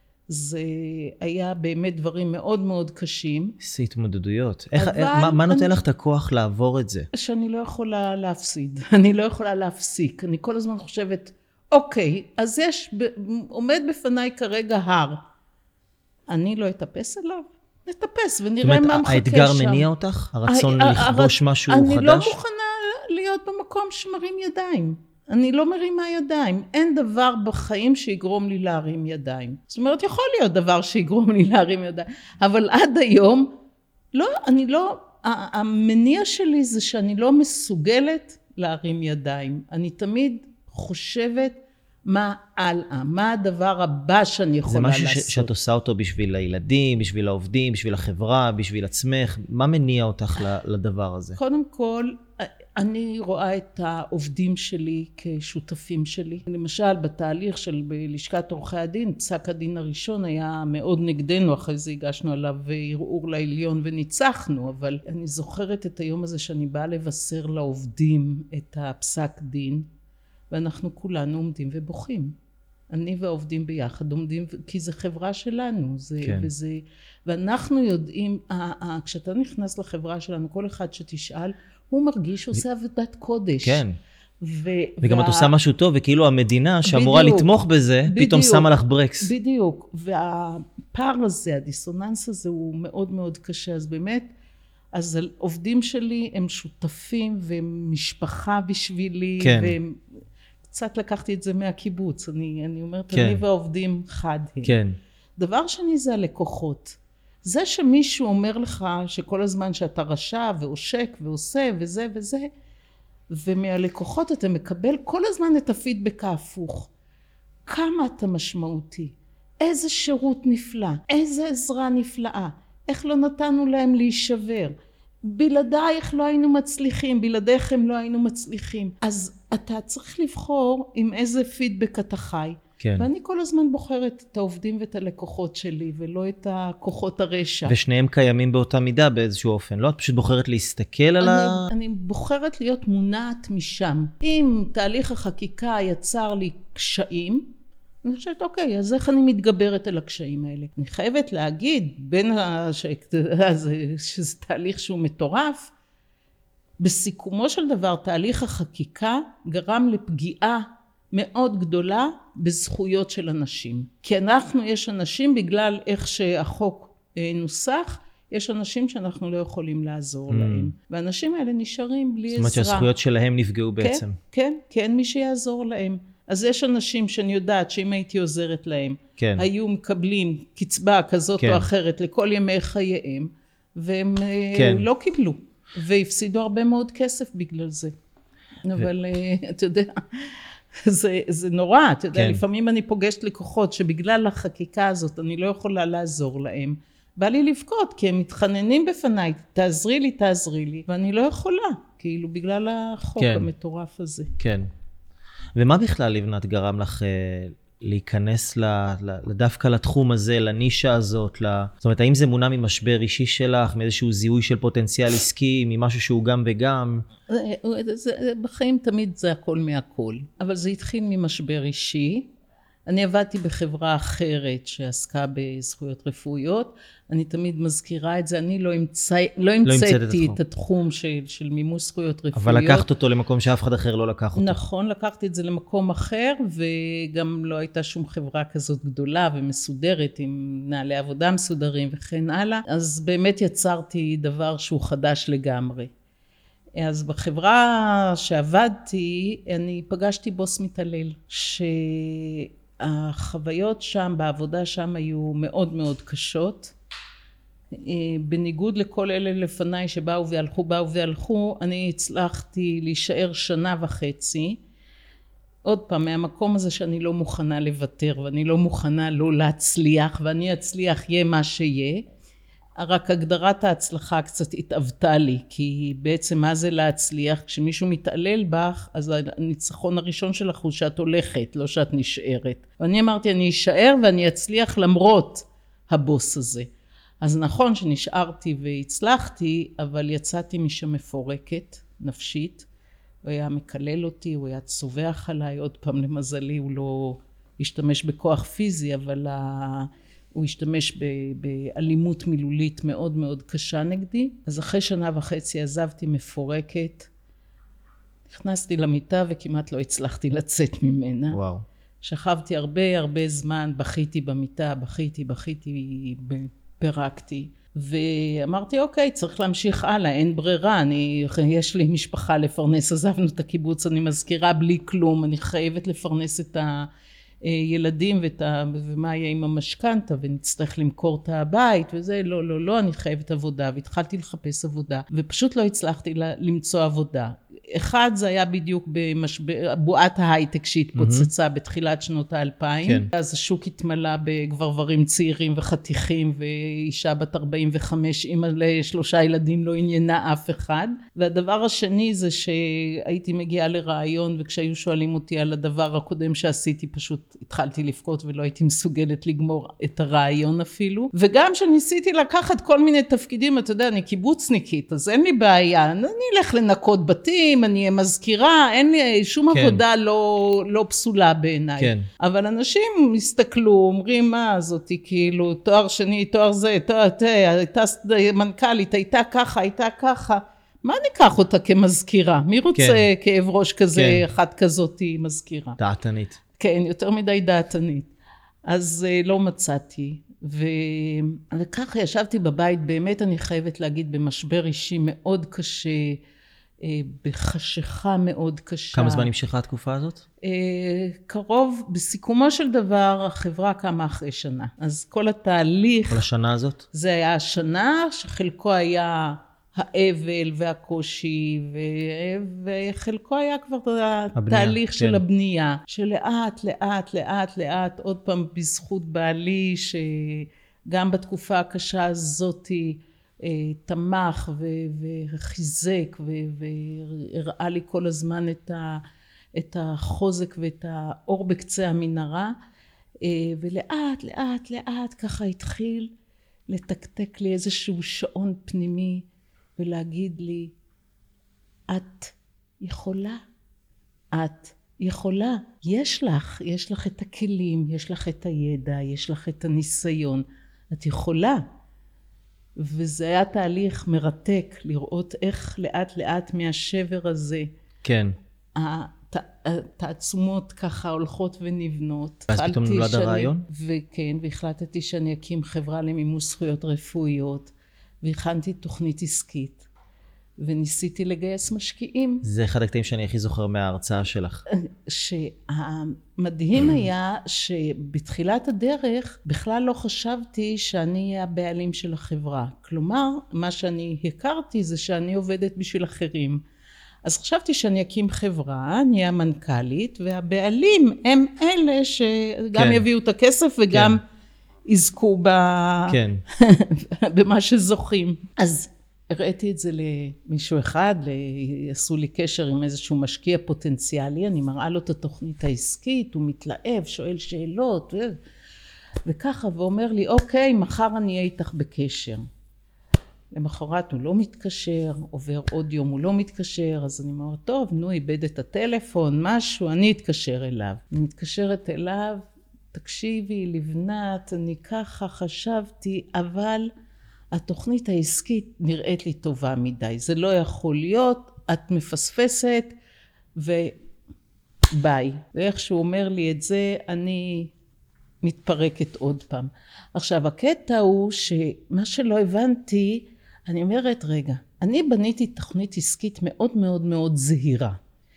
Speaker 2: זה היה באמת דברים מאוד מאוד קשים.
Speaker 3: זה התמודדויות. איך, איך, מה, מה נותן אני, לך את הכוח לעבור את זה?
Speaker 2: שאני לא יכולה להפסיד. אני לא יכולה להפסיק. אני כל הזמן חושבת, אוקיי, אז יש, עומד בפניי כרגע הר. אני לא אטפס עליו? נטפס ונראה מה מחכה שם.
Speaker 3: האתגר מניע אותך? הרצון לכבוש משהו חדש?
Speaker 2: אני לא מוכנה להיות במקום שמרים ידיים. אני לא מרימה ידיים. אין דבר בחיים שיגרום לי להרים ידיים. זאת אומרת, יכול להיות דבר שיגרום לי להרים ידיים. אבל עד היום, לא, אני לא, המניע שלי זה שאני לא מסוגלת להרים ידיים. אני תמיד חושבת מה הלאה, מה הדבר הבא שאני יכולה לעשות.
Speaker 3: זה משהו שאת עושה אותו בשביל הילדים, בשביל העובדים, בשביל החברה, בשביל עצמך. מה מניע אותך לדבר הזה?
Speaker 2: קודם כל, אני רואה את העובדים שלי כשותפים שלי. למשל, בתהליך של לשכת עורכי הדין, פסק הדין הראשון היה מאוד נגדנו, אחרי זה הגשנו עליו ערעור לעליון וניצחנו, אבל אני זוכרת את היום הזה שאני באה לבשר לעובדים את הפסק דין, ואנחנו כולנו עומדים ובוכים. אני והעובדים ביחד עומדים, כי זה חברה שלנו, זה, כן. וזה, ואנחנו יודעים, כשאתה נכנס לחברה שלנו, כל אחד שתשאל, הוא מרגיש שעושה עבודת קודש. כן.
Speaker 3: ו- וגם וה... את עושה משהו טוב, וכאילו המדינה שאמורה בדיוק, לתמוך בזה, בדיוק, פתאום שמה לך ברקס.
Speaker 2: בדיוק, והפער הזה, הדיסוננס הזה הוא מאוד מאוד קשה, אז באמת, אז עובדים שלי הם שותפים, והם משפחה בשבילי, כן. והם... קצת לקחתי את זה מהקיבוץ, אני, אני אומרת, כן. אני והעובדים חד הם. כן. דבר שני זה הלקוחות. זה שמישהו אומר לך שכל הזמן שאתה רשע ועושק ועושה וזה וזה, ומהלקוחות אתה מקבל כל הזמן את הפידבק ההפוך. כמה אתה משמעותי, איזה שירות נפלא, איזה עזרה נפלאה, איך לא נתנו להם להישבר. בלעדייך לא היינו מצליחים, בלעדיך הם לא היינו מצליחים. אז אתה צריך לבחור עם איזה פידבק אתה חי. כן. ואני כל הזמן בוחרת את העובדים ואת הלקוחות שלי, ולא את הכוחות הרשע.
Speaker 3: ושניהם קיימים באותה מידה באיזשהו אופן, לא? את פשוט בוחרת להסתכל על ה...
Speaker 2: אני בוחרת להיות מונעת משם. אם תהליך החקיקה יצר לי קשיים, אני חושבת, אוקיי, אז איך אני מתגברת על הקשיים האלה? אני חייבת להגיד, בין הש... שזה תהליך שהוא מטורף, בסיכומו של דבר, תהליך החקיקה גרם לפגיעה מאוד גדולה בזכויות של אנשים. כי אנחנו, יש אנשים, בגלל איך שהחוק נוסח, יש אנשים שאנחנו לא יכולים לעזור mm. להם. והאנשים האלה נשארים בלי עזרה.
Speaker 3: זאת אומרת שהזכויות שלהם נפגעו בעצם.
Speaker 2: כן, כן, כן, מי שיעזור להם. אז יש אנשים שאני יודעת שאם הייתי עוזרת להם, כן. היו מקבלים קצבה כזאת כן. או אחרת לכל ימי חייהם, והם כן. לא קיבלו, והפסידו הרבה מאוד כסף בגלל זה. ו... אבל אתה יודע, זה, זה נורא, אתה יודע,
Speaker 3: כן.
Speaker 2: לפעמים אני פוגשת לקוחות שבגלל החקיקה הזאת אני לא יכולה לעזור להם. בא לי לבכות, כי הם מתחננים בפניי, תעזרי לי, תעזרי לי, ואני לא יכולה, כאילו בגלל החוק
Speaker 3: כן.
Speaker 2: המטורף הזה.
Speaker 3: כן. ומה בכלל לבנת גרם לך להיכנס דווקא לתחום הזה, לנישה הזאת? זאת אומרת, האם זה מונע ממשבר אישי שלך, מאיזשהו זיהוי של פוטנציאל עסקי, ממשהו שהוא גם וגם?
Speaker 2: בחיים תמיד זה הכל מהכל, אבל זה התחיל ממשבר אישי. אני עבדתי בחברה אחרת שעסקה בזכויות רפואיות, אני תמיד מזכירה את זה, אני לא, המצא, לא המצאתי את התחום של, של מימוש זכויות רפואיות.
Speaker 3: אבל לקחת אותו למקום שאף אחד אחר לא לקח אותו.
Speaker 2: נכון, לקחתי את זה למקום אחר, וגם לא הייתה שום חברה כזאת גדולה ומסודרת, עם נעלי עבודה מסודרים וכן הלאה, אז באמת יצרתי דבר שהוא חדש לגמרי. אז בחברה שעבדתי, אני פגשתי בוס מתעלל, ש... החוויות שם, בעבודה שם היו מאוד מאוד קשות. בניגוד לכל אלה לפניי שבאו והלכו, באו והלכו, אני הצלחתי להישאר שנה וחצי. עוד פעם, מהמקום הזה שאני לא מוכנה לוותר, ואני לא מוכנה לא להצליח, ואני אצליח יהיה מה שיהיה. רק הגדרת ההצלחה קצת התאבתה לי, כי בעצם מה זה להצליח? כשמישהו מתעלל בך, אז הניצחון הראשון שלך הוא שאת הולכת, לא שאת נשארת. ואני אמרתי, אני אשאר ואני אצליח למרות הבוס הזה. אז נכון שנשארתי והצלחתי, אבל יצאתי משם מפורקת, נפשית. הוא היה מקלל אותי, הוא היה צובח עליי, עוד פעם למזלי, הוא לא השתמש בכוח פיזי, אבל ה... הוא השתמש באלימות מילולית מאוד מאוד קשה נגדי. אז אחרי שנה וחצי עזבתי מפורקת, נכנסתי למיטה וכמעט לא הצלחתי לצאת ממנה.
Speaker 3: וואו.
Speaker 2: שכבתי הרבה הרבה זמן, בכיתי במיטה, בכיתי, בכיתי, פרקתי. ואמרתי, אוקיי, צריך להמשיך הלאה, אין ברירה, אני, יש לי משפחה לפרנס, עזבנו את הקיבוץ, אני מזכירה בלי כלום, אני חייבת לפרנס את ה... ילדים ואת ה... ומה יהיה עם המשכנתה ונצטרך למכור את הבית וזה, לא, לא, לא, אני חייבת עבודה, והתחלתי לחפש עבודה ופשוט לא הצלחתי למצוא עבודה. אחד זה היה בדיוק במשבר, בועת ההייטק שהתפוצצה mm-hmm. בתחילת שנות האלפיים, כן. אז השוק התמלא בגברברים צעירים וחתיכים, ואישה בת ארבעים וחמש, אמא לשלושה ילדים, לא עניינה אף אחד. והדבר השני זה שהייתי מגיעה לרעיון, וכשהיו שואלים אותי על הדבר הקודם שעשיתי, פשוט התחלתי לבכות ולא הייתי מסוגלת לגמור את הרעיון אפילו. וגם שניסיתי לקחת כל מיני תפקידים, אתה יודע, אני קיבוצניקית, אז אין לי בעיה, אני אלך לנקות בתים, אני מזכירה, אין לי שום כן. עבודה לא, לא פסולה בעיניי. כן. אבל אנשים הסתכלו, אומרים, מה זאתי, כאילו, תואר שני, תואר זה, תואר, תואר, הייתה מנכ"לית, הייתה ככה, הייתה ככה. מה ניקח אותה כמזכירה? מי רוצה כן. כאב ראש כזה, כן. אחת כזאת מזכירה?
Speaker 3: דעתנית.
Speaker 2: כן, יותר מדי דעתנית. אז לא מצאתי. ו... וככה ישבתי בבית, באמת אני חייבת להגיד, במשבר אישי מאוד קשה, בחשיכה מאוד קשה.
Speaker 3: כמה זמן נמשכה התקופה הזאת?
Speaker 2: קרוב, בסיכומו של דבר, החברה קמה אחרי שנה. אז כל התהליך...
Speaker 3: כל השנה הזאת?
Speaker 2: זה היה השנה, שחלקו היה האבל והקושי, ו... וחלקו היה כבר התהליך של כן. הבנייה, שלאט, לאט, לאט, לאט, עוד פעם בזכות בעלי, שגם בתקופה הקשה הזאת, תמך וחיזק והראה לי כל הזמן את החוזק ואת האור בקצה המנהרה, ולאט לאט לאט ככה התחיל לתקתק לי איזשהו שעון פנימי ולהגיד לי, את יכולה, את יכולה, יש לך, יש לך את הכלים, יש לך את הידע, יש לך את הניסיון, את יכולה. וזה היה תהליך מרתק לראות איך לאט לאט מהשבר הזה
Speaker 3: כן
Speaker 2: התעצומות ככה הולכות ונבנות.
Speaker 3: אז פתאום נולד הרעיון?
Speaker 2: וכן, והחלטתי שאני אקים חברה למימוש זכויות רפואיות, והכנתי תוכנית עסקית וניסיתי לגייס משקיעים. זה
Speaker 3: אחד הקטעים שאני הכי זוכר מההרצאה שלך.
Speaker 2: שהמדהים היה שבתחילת הדרך בכלל לא חשבתי שאני אהיה הבעלים של החברה. כלומר, מה שאני הכרתי זה שאני עובדת בשביל אחרים. אז חשבתי שאני אקים חברה, אני המנכ"לית, והבעלים הם אלה שגם כן. יביאו את הכסף וגם כן. יזכו ב... כן. במה שזוכים. אז הראיתי את זה למישהו אחד, עשו לי קשר עם איזשהו משקיע פוטנציאלי, אני מראה לו את התוכנית העסקית, הוא מתלהב, שואל שאלות, ו... וככה, ואומר לי, אוקיי, מחר אני אהיה איתך בקשר. למחרת הוא לא מתקשר, עובר עוד יום הוא לא מתקשר, אז אני אומר, טוב, נו, איבד את הטלפון, משהו, אני אתקשר אליו. אני מתקשרת אליו, תקשיבי, לבנת, אני ככה חשבתי, אבל התוכנית העסקית נראית לי טובה מדי. זה לא יכול להיות, את מפספסת, וביי. ואיך שהוא אומר לי את זה, אני מתפרקת עוד פעם. עכשיו, הקטע הוא שמה שלא הבנתי, אני אומרת, רגע, אני בניתי תוכנית עסקית מאוד מאוד מאוד זהירה,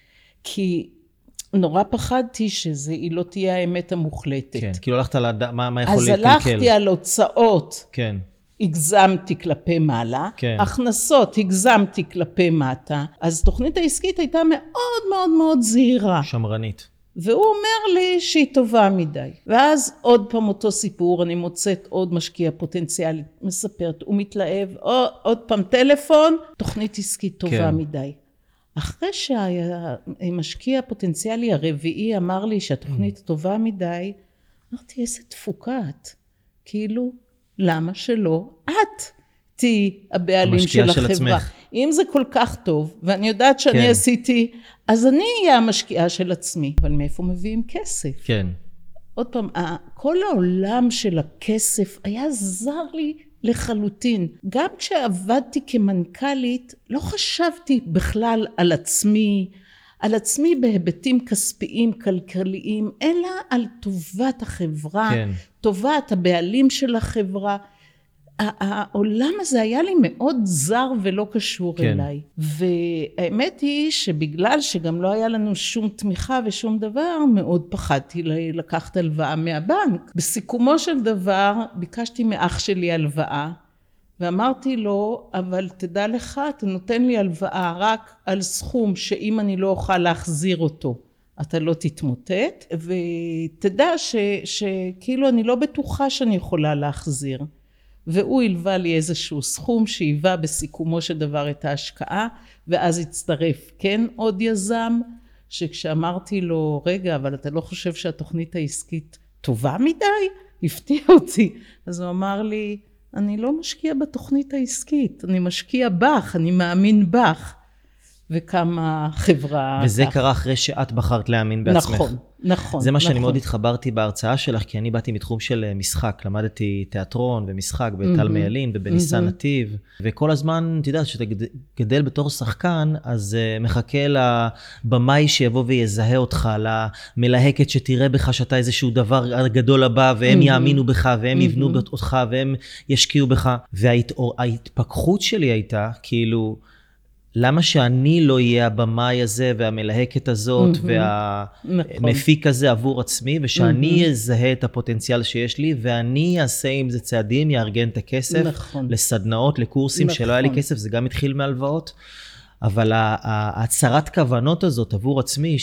Speaker 2: כי נורא פחדתי שזה, היא לא תהיה האמת המוחלטת.
Speaker 3: כן, כי לא הלכת על מה, מה יכול להתקלקל.
Speaker 2: אז הלכתי על הוצאות,
Speaker 3: כן.
Speaker 2: הגזמתי כלפי מעלה,
Speaker 3: כן.
Speaker 2: הכנסות הגזמתי כלפי מטה, אז תוכנית העסקית הייתה מאוד מאוד מאוד זהירה.
Speaker 3: שמרנית.
Speaker 2: והוא אומר לי שהיא טובה מדי. ואז עוד פעם אותו סיפור, אני מוצאת עוד משקיע פוטנציאלי, מספרת, הוא מתלהב, עוד, עוד פעם טלפון, תוכנית עסקית טובה כן. מדי. אחרי שהמשקיע הפוטנציאלי הרביעי אמר לי שהתוכנית טובה מדי, אמרתי, איזה תפוקה את. כאילו, למה שלא את תהי הבעלים של החברה? של עצמך. אם זה כל כך טוב, ואני יודעת שאני כן. עשיתי, אז אני אהיה המשקיעה של עצמי. אבל מאיפה מביאים כסף?
Speaker 3: כן.
Speaker 2: עוד פעם, כל העולם של הכסף היה זר לי לחלוטין. גם כשעבדתי כמנכ"לית, לא חשבתי בכלל על עצמי, על עצמי בהיבטים כספיים, כלכליים, אלא על טובת החברה, כן. טובת הבעלים של החברה. העולם הזה היה לי מאוד זר ולא קשור כן. אליי. והאמת היא שבגלל שגם לא היה לנו שום תמיכה ושום דבר, מאוד פחדתי לקחת הלוואה מהבנק. בסיכומו של דבר ביקשתי מאח שלי הלוואה, ואמרתי לו, אבל תדע לך, אתה נותן לי הלוואה רק על סכום שאם אני לא אוכל להחזיר אותו, אתה לא תתמוטט, ותדע ש, שכאילו אני לא בטוחה שאני יכולה להחזיר. והוא הלווה לי איזשהו סכום שהיווה בסיכומו של דבר את ההשקעה, ואז הצטרף כן עוד יזם, שכשאמרתי לו, רגע, אבל אתה לא חושב שהתוכנית העסקית טובה מדי? הפתיע אותי. אז הוא אמר לי, אני לא משקיע בתוכנית העסקית, אני משקיע בך, אני מאמין בך. וכמה חברה...
Speaker 3: וזה כך. קרה אחרי שאת בחרת להאמין בעצמך.
Speaker 2: נכון, נכון.
Speaker 3: זה מה
Speaker 2: נכון.
Speaker 3: שאני מאוד התחברתי בהרצאה שלך, כי אני באתי מתחום של משחק, למדתי תיאטרון ומשחק בטל מיילין ובניסן נתיב, וכל הזמן, אתה יודע, שאתה גדל בתור שחקן, אז מחכה לבמאי שיבוא ויזהה אותך, למלהקת שתראה בך שאתה איזשהו דבר גדול הבא, והם יאמינו בך, והם יבנו אותך, והם ישקיעו בך. וההתפכחות שלי הייתה, כאילו, למה שאני לא אהיה הבמאי הזה והמלהקת הזאת והמפיק הזה עבור עצמי, ושאני אזהה את הפוטנציאל שיש לי, ואני אעשה עם זה צעדים, יארגן את הכסף לסדנאות, לקורסים שלא היה לי כסף, זה גם התחיל מהלוואות. אבל ההצהרת כוונות הזאת עבור עצמי,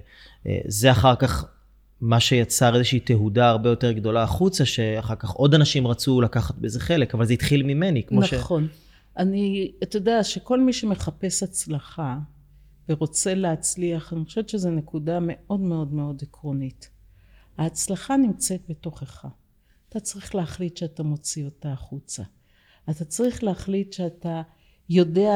Speaker 3: שזה אחר כך מה שיצר איזושהי תהודה הרבה יותר גדולה החוצה, שאחר כך עוד אנשים רצו לקחת בזה חלק, אבל זה התחיל ממני, כמו ש...
Speaker 2: נכון. אני, אתה יודע, שכל מי שמחפש הצלחה ורוצה להצליח, אני חושבת שזו נקודה מאוד מאוד מאוד עקרונית. ההצלחה נמצאת בתוכך. אתה צריך להחליט שאתה מוציא אותה החוצה. אתה צריך להחליט שאתה יודע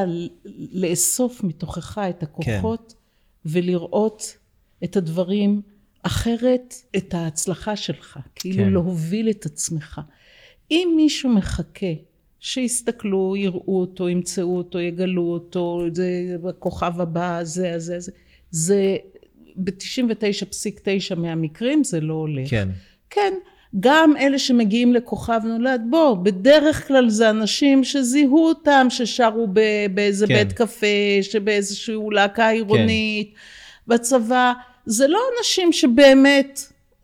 Speaker 2: לאסוף מתוכך את הכוחות, כן. ולראות את הדברים אחרת, את ההצלחה שלך, כאילו כן. להוביל את עצמך. אם מישהו מחכה, שיסתכלו, יראו אותו, ימצאו אותו, יגלו אותו, זה בכוכב הבא, זה, זה, זה, זה ב-תשעים ותשע נקודה תשע מהמקרים זה לא הולך. כן. כן, גם אלה שמגיעים לכוכב נולד, בוא, בדרך כלל זה אנשים שזיהו אותם, ששרו באיזה כן. בית קפה, שבאיזשהו להקה עירונית, כן. בצבא, זה לא אנשים שבאמת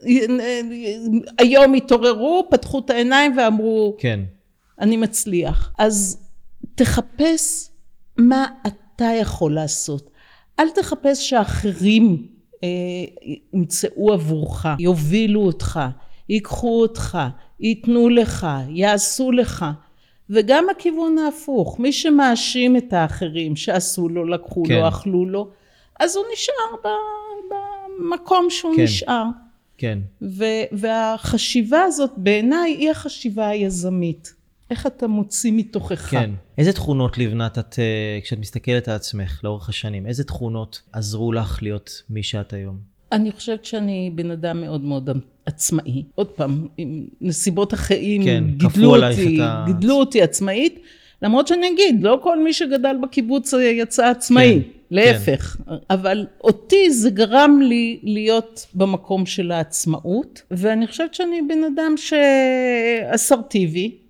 Speaker 2: היום התעוררו, פתחו את העיניים ואמרו, כן. אני מצליח. אז תחפש מה אתה יכול לעשות. אל תחפש שאחרים אה, ימצאו עבורך, יובילו אותך, ייקחו אותך, ייתנו לך, יעשו לך. וגם הכיוון ההפוך, מי שמאשים את האחרים שעשו לו, לקחו כן. לו, אכלו לו, אז הוא נשאר במקום שהוא כן. נשאר.
Speaker 3: כן.
Speaker 2: ו- והחשיבה הזאת בעיניי היא החשיבה היזמית. איך אתה מוציא מתוכך.
Speaker 3: כן. איזה תכונות לבנת את, כשאת מסתכלת על עצמך לאורך השנים, איזה תכונות עזרו לך להיות מי שאת היום?
Speaker 2: אני חושבת שאני בן אדם מאוד מאוד עצמאי. עוד פעם, נסיבות החיים
Speaker 3: כן,
Speaker 2: גידלו אותי,
Speaker 3: ה...
Speaker 2: גידלו אותי עצמאית, למרות שאני אגיד, לא כל מי שגדל בקיבוץ יצא עצמאי, כן, להפך. כן. אבל אותי זה גרם לי להיות במקום של העצמאות, ואני חושבת שאני בן אדם שאסרטיבי,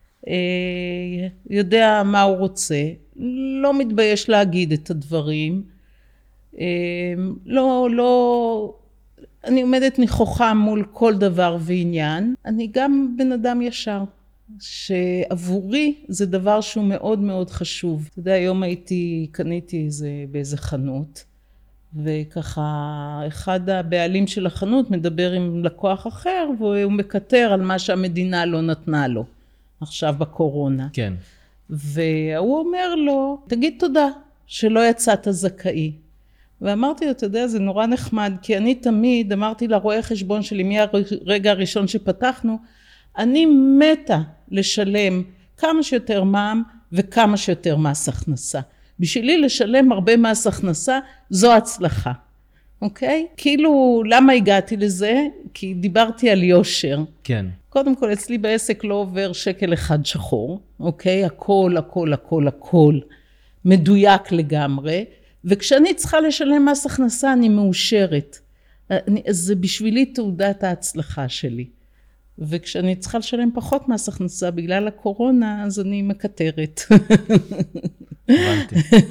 Speaker 2: יודע מה הוא רוצה, לא מתבייש להגיד את הדברים, לא, לא, אני עומדת נכוחה מול כל דבר ועניין. אני גם בן אדם ישר, שעבורי זה דבר שהוא מאוד מאוד חשוב. אתה יודע, היום הייתי, קניתי איזה, באיזה חנות, וככה אחד הבעלים של החנות מדבר עם לקוח אחר, והוא מקטר על מה שהמדינה לא נתנה לו, עכשיו בקורונה.
Speaker 3: כן.
Speaker 2: והוא אומר לו, תגיד תודה שלא יצאת זכאי. ואמרתי לו, אתה יודע, זה נורא נחמד, כי אני תמיד אמרתי לרואה חשבון שלי, מהרגע הראשון שפתחנו, אני מתה לשלם כמה שיותר מע"מ וכמה שיותר מס הכנסה. בשבילי לשלם הרבה מס הכנסה, זו הצלחה. אוקיי? כאילו, למה הגעתי לזה? כי דיברתי על יושר.
Speaker 3: כן.
Speaker 2: קודם כל, אצלי בעסק לא עובר שקל אחד שחור, אוקיי? הכל, הכל, הכל, הכל מדויק לגמרי. וכשאני צריכה לשלם מס הכנסה, אני מאושרת. אני, זה בשבילי תעודת ההצלחה שלי. וכשאני צריכה לשלם פחות מס הכנסה בגלל הקורונה, אז אני מקטרת.
Speaker 3: הבנתי.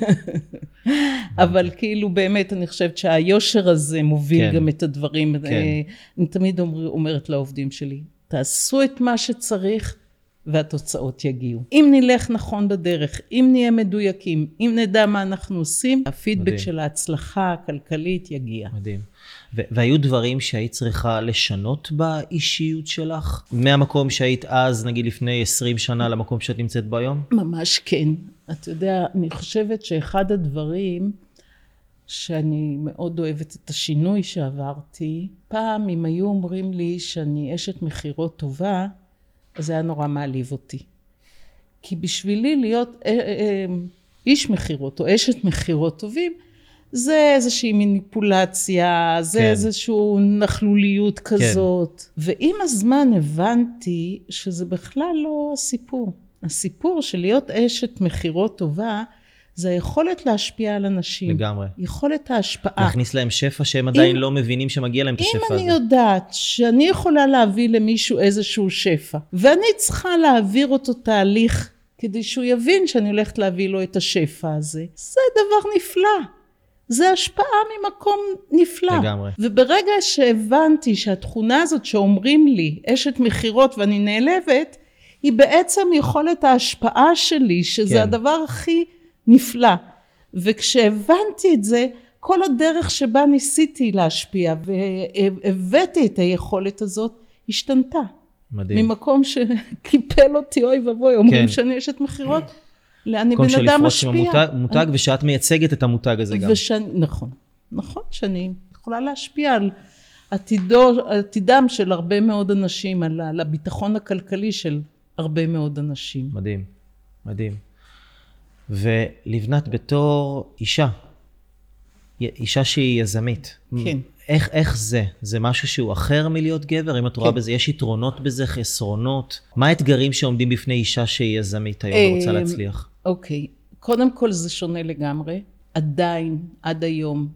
Speaker 2: אבל כאילו באמת אני חושבת שהיושר הזה מוביל
Speaker 3: כן.
Speaker 2: גם את הדברים.
Speaker 3: כן.
Speaker 2: אני תמיד אומר, אומרת לעובדים שלי, תעשו את מה שצריך והתוצאות יגיעו. אם נלך נכון בדרך, אם נהיה מדויקים, אם נדע מה אנחנו עושים, הפידבק מדהים. של ההצלחה הכלכלית יגיע.
Speaker 3: מדהים. והיו דברים שהיית צריכה לשנות באישיות שלך? מהמקום שהיית אז, נגיד לפני עשרים שנה, למקום שאת נמצאת בו היום?
Speaker 2: ממש כן. אתה יודע, אני חושבת שאחד הדברים שאני מאוד אוהבת את השינוי שעברתי, פעם אם היו אומרים לי שאני אשת מחירות טובה, אז זה היה נורא מעליב אותי. כי בשבילי להיות איש מחירות או אשת מחירות טובים, זה איזושהי מניפולציה, זה כן. איזושהי נכלוליות כזאת. כן. ועם הזמן הבנתי שזה בכלל לא הסיפור. הסיפור של להיות אשת מחירות טובה, זה היכולת להשפיע על אנשים.
Speaker 3: לגמרי.
Speaker 2: יכולת ההשפעה.
Speaker 3: להכניס להם שפע שהם עדיין אם, לא מבינים שמגיע להם את השפע הזה.
Speaker 2: אם אני יודעת שאני יכולה להביא למישהו איזשהו שפע, ואני צריכה להעביר אותו תהליך, כדי שהוא יבין שאני הולכת להביא לו את השפע הזה, זה דבר נפלא. זה השפעה ממקום נפלא.
Speaker 3: לגמרי.
Speaker 2: וברגע שהבנתי שהתכונה הזאת שאומרים לי, אשת מחירות ואני נעלבת, היא בעצם יכולת ההשפעה שלי, שזה כן. הדבר הכי נפלא. וכשהבנתי את זה, כל הדרך שבה ניסיתי להשפיע, והבאתי את היכולת הזאת, השתנתה. מדהים. ממקום שקיפל אותי, אוי ובוי, אומרים כן. שאני אשת מחירות, אני בן אדם משפיע.
Speaker 3: מקום של לפרוץ עם המותג, ושאת מייצגת את המותג הזה גם.
Speaker 2: ושאני, נכון, נכון, שאני יכולה להשפיע על עתידו, עתידם של הרבה מאוד אנשים, על, על הביטחון הכלכלי של הרבה מאוד אנשים.
Speaker 3: מדהים, מדהים. ולבנת בתור אישה, אישה שהיא יזמית.
Speaker 2: כן.
Speaker 3: איך, איך זה? זה משהו שהוא אחר מלהיות גבר? אם את רואה בזה, יש יתרונות בזה, חסרונות? מה האתגרים שעומדים בפני אישה שהיא יזמית היום ורוצה להצליח?
Speaker 2: אוקיי. קודם כל זה שונה לגמרי. עדיין, עד היום,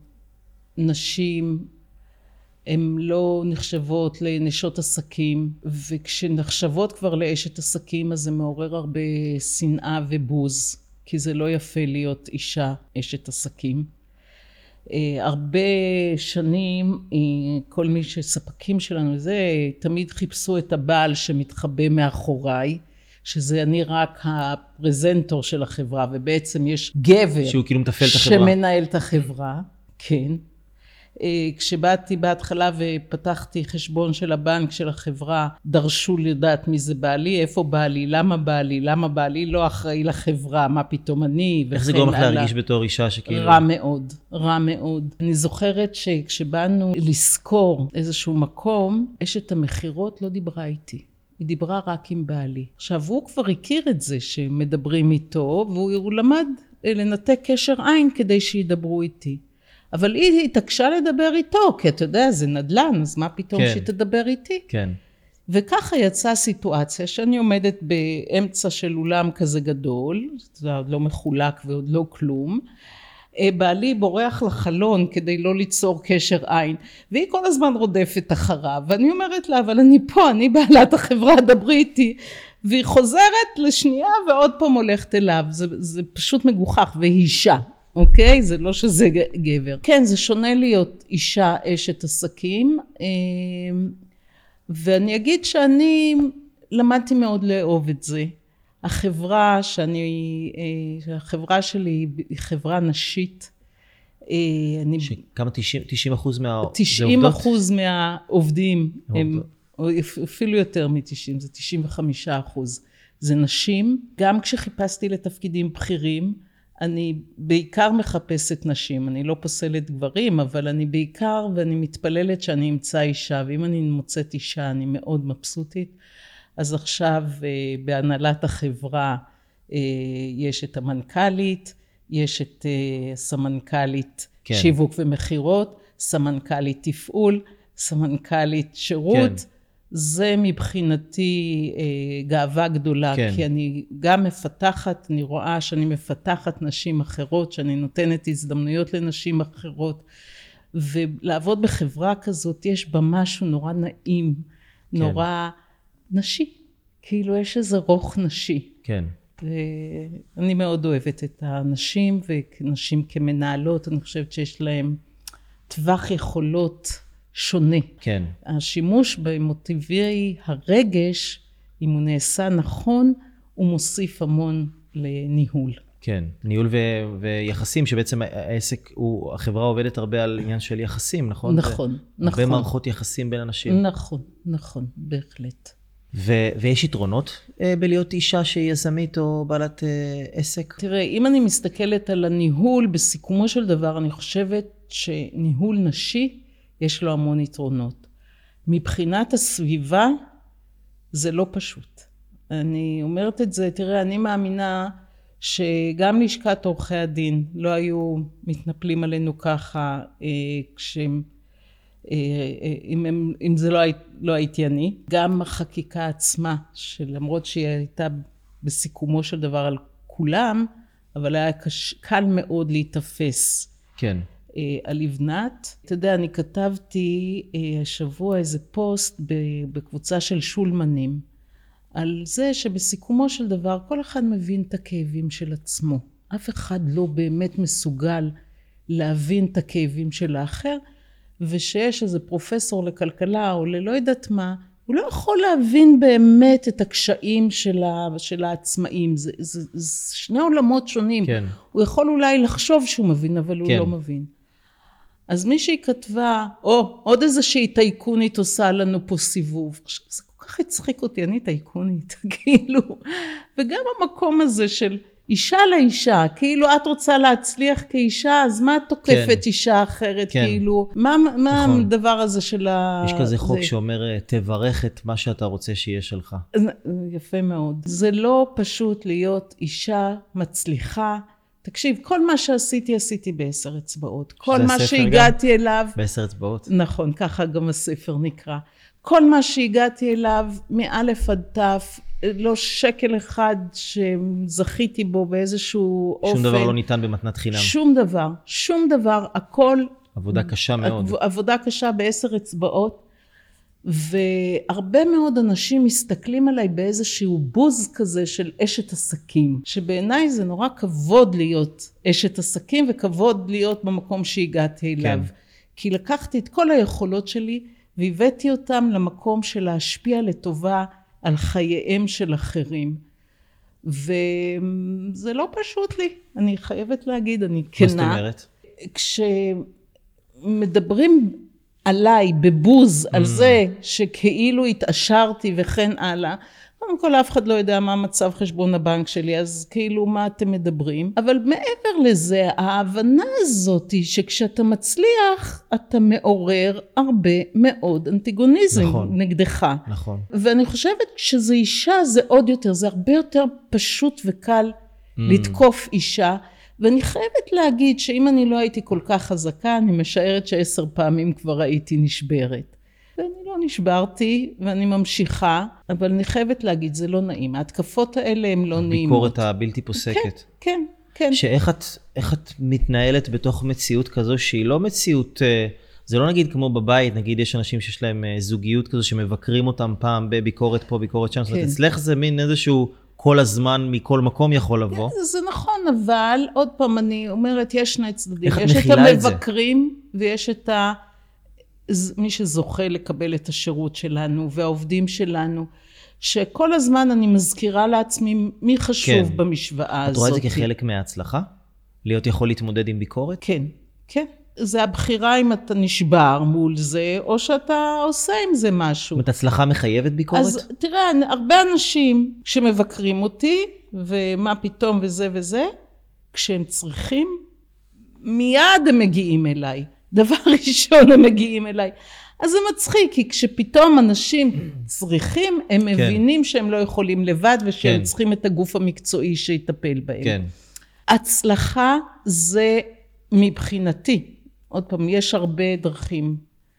Speaker 2: נשים הן לא נחשבות לנשות עסקים, וכשנחשבות כבר לאשת עסקים, אז זה מעורר הרבה שנאה ובוז, כי זה לא יפה להיות אישה אשת עסקים. הרבה שנים, כל מי שספקים שלנו זה, תמיד חיפשו את הבעל שמתחבא מאחוריי, שזה אני רק הפרזנטור של החברה, ובעצם יש גבר
Speaker 3: שהוא כאילו מתפעל את החברה.
Speaker 2: שמנהל את החברה, כן. כשבאתי בהתחלה ופתחתי חשבון של הבנק של החברה, דרשו לדעת מי זה בעלי, איפה בעלי, למה בעלי, למה בעלי לא אחראי לחברה, מה פתאום אני,
Speaker 3: איך זה גורם לך להרגיש בתור אישה שכאילו...
Speaker 2: רע מאוד, רע מאוד. אני זוכרת שכשבאנו לזכור איזשהו מקום, אשת המחירות לא דיברה איתי. היא דיברה רק עם בעלי. עכשיו, הוא כבר הכיר את זה שמדברים איתו, והוא למד לנתק קשר עין כדי שידברו איתי. אבל היא התעקשה לדבר איתו, כי אתה יודע, זה נדל"ן, אז מה פתאום כן. שהיא תדבר איתי?
Speaker 3: כן.
Speaker 2: וככה יצאה סיטואציה שאני עומדת באמצע של אולם כזה גדול, זה עוד לא מחולק ועוד לא כלום, בעלי בורח לחלון כדי לא ליצור קשר עין, והיא כל הזמן רודפת אחריו, ואני אומרת לה, אבל אני פה, אני בעלת החברה, דברי איתי, והיא חוזרת לשנייה ועוד פעם הולכת אליו, זה, זה פשוט מגוחך, והיא אישה. אוקיי? זה לא שזה גבר. כן, זה שונה להיות אישה אשת עסקים, ואני אגיד שאני למדתי מאוד לאהוב את זה. החברה שאני, החברה שלי היא חברה נשית.
Speaker 3: כמה? תשעים אחוז מהעובדות?
Speaker 2: תשעים אחוז מהעובדים, הם אפילו יותר מ-תשעים, זה תשעים וחמישה אחוז. זה נשים. גם כשחיפשתי לתפקידים בכירים, אני בעיקר מחפשת נשים, אני לא פוסלת גברים, אבל אני בעיקר ואני מתפללת שאני אמצא אישה, ואם אני מוצאת אישה אני מאוד מבסוטית. אז עכשיו בהנהלת החברה יש את המנכ"לית, יש את סמנכ"לית כן. שיווק ומחירות, סמנכ"לית תפעול, סמנכ"לית שירות, כן. זה מבחינתי גאווה גדולה, כן. כי אני גם מפתחת, אני רואה שאני מפתחת נשים אחרות, שאני נותנת הזדמנויות לנשים אחרות, ולעבוד בחברה כזאת יש בה משהו נורא נעים, כן. נורא נשי, כאילו יש איזה רוח נשי.
Speaker 3: כן.
Speaker 2: אני מאוד אוהבת את הנשים, ונשים כמנהלות, אני חושבת שיש להם טווח יכולות שונה.
Speaker 3: כן.
Speaker 2: השימוש במוטיבי הרגש, אם הוא נעשה נכון, הוא מוסיף המון לניהול.
Speaker 3: כן, ניהול ו- ויחסים, שבעצם העסק, הוא, החברה עובדת הרבה על עניין של יחסים, נכון?
Speaker 2: נכון, נכון.
Speaker 3: הרבה מערכות יחסים בין אנשים.
Speaker 2: נכון, נכון, בהחלט.
Speaker 3: ו- ויש יתרונות אה, בלהיות אישה שהיא יזמית או בעלת אה, עסק?
Speaker 2: תראה, אם אני מסתכלת על הניהול, בסיכומו של דבר, אני חושבת שניהול נשי, יש לו המון יתרונות. מבחינת הסביבה, זה לא פשוט. אני אומרת את זה, תראה, אני מאמינה שגם לשכת עורכי הדין לא היו מתנפלים עלינו ככה, אה, כשהם, אה, אה, אם, הם, אם זה לא, לא הייתי אני. גם החקיקה עצמה, שלמרות שהיא הייתה בסיכומו של דבר על כולם, אבל היה קש, קל מאוד להתאפס.
Speaker 3: כן.
Speaker 2: על לבנת. אתה יודע, אני כתבתי השבוע איזה פוסט בקבוצה של שולמנים, על זה שבסיכומו של דבר כל אחד מבין את הכאבים של עצמו. אף אחד לא באמת מסוגל להבין את הכאבים של האחר, ושיש איזה פרופסור לכלכלה או ללא יודעת מה, הוא לא יכול להבין באמת את הקשיים של, ה, של העצמאים. זה, זה, זה שני עולמות שונים. כן. הוא יכול אולי לחשוב שהוא מבין, אבל הוא כן. לא מבין. אז מישהי כתבה, או עוד איזושהי טייקונית עושה לנו פה סיבוב. זה כל כך הצחיק אותי, אני טייקונית, כאילו. וגם המקום הזה של אישה לאישה, כאילו את רוצה להצליח כאישה, אז מה את תוקפת כן. אישה אחרת, כן. כאילו, מה, מה נכון. הדבר הזה של ה...
Speaker 3: יש כזה חוק זה... שאומר, תברך את מה שאתה רוצה שיהיה שלך.
Speaker 2: יפה מאוד. זה לא פשוט להיות אישה מצליחה, תקשיב, כל מה שעשיתי, עשיתי בעשר אצבעות. כל מה שהגעתי גם? אליו...
Speaker 3: בעשר אצבעות.
Speaker 2: נכון, ככה גם הספר נקרא. כל מה שהגעתי אליו, מאלף עד תף, לא שקל אחד שזכיתי בו באיזשהו
Speaker 3: שום
Speaker 2: אופן.
Speaker 3: שום דבר לא ניתן במתנת חינם.
Speaker 2: שום דבר, שום דבר, הכל...
Speaker 3: עבודה קשה מאוד.
Speaker 2: עבודה קשה בעשר אצבעות. והרבה מאוד אנשים מסתכלים עליי באיזשהו בוז כזה של אשת עסקים, שבעיניי זה נורא כבוד להיות אשת עסקים וכבוד להיות במקום שהגעתי אליו. כן. כי לקחתי את כל היכולות שלי והבאתי אותם למקום של להשפיע לטובה על חייהם של אחרים. וזה לא פשוט לי, אני חייבת להגיד, אני כנה.
Speaker 3: מה זאת אומרת?
Speaker 2: כשמדברים עליי בבוז על זה שכאילו התעשרתי וכן הלאה, קודם כל אף אחד לא יודע מה מצב חשבון הבנק שלי, אז כאילו מה אתם מדברים? אבל מעבר לזה, ההבנה הזאת היא שכשאתה מצליח, אתה מעורר הרבה מאוד אנטיגוניזם נכון, נגדך.
Speaker 3: נכון.
Speaker 2: ואני חושבת שזו אישה זה עוד יותר, זה הרבה יותר פשוט וקל mm. לתקוף אישה, ואני חייבת להגיד שאם אני לא הייתי כל כך חזקה, אני משערת שעשר פעמים כבר הייתי נשברת. ואני לא נשברתי, ואני ממשיכה, אבל אני חייבת להגיד, זה לא נעים. ההתקפות האלה הן לא נעימות.
Speaker 3: הביקורת הבלתי פוסקת.
Speaker 2: כן, כן, כן.
Speaker 3: שאיך את, איך את מתנהלת בתוך מציאות כזו, שהיא לא מציאות, זה לא נגיד כמו בבית, נגיד יש אנשים שיש להם זוגיות כזו, שמבקרים אותם פעם בביקורת פה, ביקורת שם, כן. זאת אומרת, אצלך זה מין איזשהו כל הזמן מכל מקום יכול לבוא.
Speaker 2: כן, זה נכון, אבל עוד פעם אני אומרת, יש שני צדדים. יש את המבקרים, ויש את ה... מי שזוכה לקבל את השירות שלנו והעובדים שלנו, שכל הזמן אני מזכירה לעצמי מי חשוב כן. במשוואה הזאת.
Speaker 3: את רואה את זה כחלק מההצלחה? להיות יכול להתמודד עם ביקורת?
Speaker 2: כן, כן. זה הבחירה אם אתה נשבר מול זה, או שאתה עושה עם זה משהו.
Speaker 3: זאת הצלחה מחייבת ביקורת?
Speaker 2: אז תראה, הרבה אנשים שמבקרים אותי, ומה פתאום וזה וזה, כשהם צריכים, מיד הם מגיעים אליי. דבר ראשון הם מגיעים אליי. אז זה מצחיק, כי כשפתאום אנשים צריכים, הם מבינים שהם לא יכולים לבד, ושהם כן. צריכים את הגוף המקצועי שיטפל בהם. כן. הצלחה זה מבחינתי, עוד פעם, יש הרבה דרכים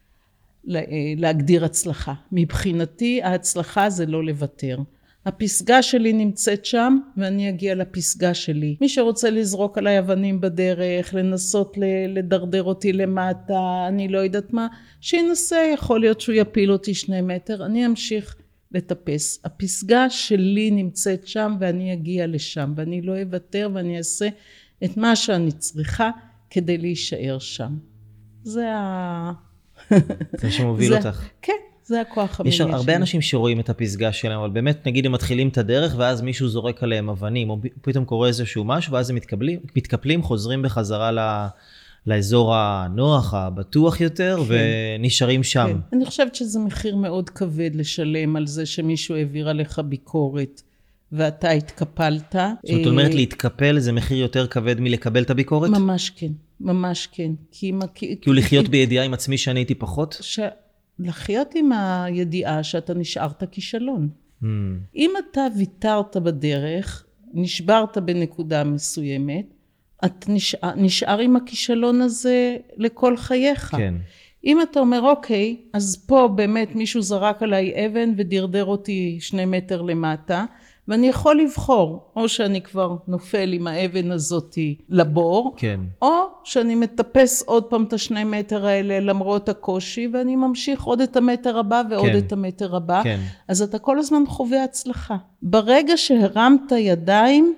Speaker 2: להגדיר הצלחה. מבחינתי, ההצלחה זה לא לוותר. הפסגה שלי נמצאת שם, ואני אגיע לפסגה שלי. מי שרוצה לזרוק עליי אבנים בדרך, לנסות לדרדר אותי למטה, אני לא יודעת מה, שינסה, יכול להיות שהוא יפיל אותי שני מטר, אני אמשיך לטפס. הפסגה שלי נמצאת שם, ואני אגיע לשם, ואני לא אוותר, ואני אעשה את מה שאני צריכה, כדי להישאר שם. זה ה...
Speaker 3: זה שמוביל אותך.
Speaker 2: כן. זה הכוח המיני
Speaker 3: שלי. יש הרבה אנשים שרואים את הפסגה שלהם, אבל באמת נגיד הם מתחילים את הדרך, ואז מישהו זורק עליהם אבנים, או פתאום קורה איזשהו משהו, ואז הם מתקבלים, מתקפלים, חוזרים בחזרה ל... לאזור הנוח, הבטוח יותר, כן. ונשארים שם.
Speaker 2: כן. אני חושבת שזה מחיר מאוד כבד לשלם על זה שמישהו העביר עליך ביקורת, ואתה התקפלת.
Speaker 3: זאת אומרת, להתקפל זה מחיר יותר כבד מלקבל את הביקורת?
Speaker 2: ממש כן, ממש כן. כי
Speaker 3: הוא לחיות בידיעה עם עצמי שאני הייתי פחות?
Speaker 2: ש... לחיות עם הידיעה שאתה נשארת כישלון. Mm. אם אתה ויתרת בדרך, נשברת בנקודה מסוימת, אתה נשאר, נשאר עם הכישלון הזה לכל חייך. כן. אם אתה אומר, אוקיי, אז פה באמת מישהו זרק עליי אבן ודרדר אותי שני מטר למטה, ואני יכול לבחור, או שאני כבר נופל עם האבן הזאת לבור,
Speaker 3: כן.
Speaker 2: או שאני מטפס עוד פעם את השני מטר האלה למרות הקושי, ואני ממשיך עוד את המטר הבא ועוד כן. את המטר הבא,
Speaker 3: כן.
Speaker 2: אז אתה כל הזמן חווה הצלחה. ברגע שהרמת ידיים,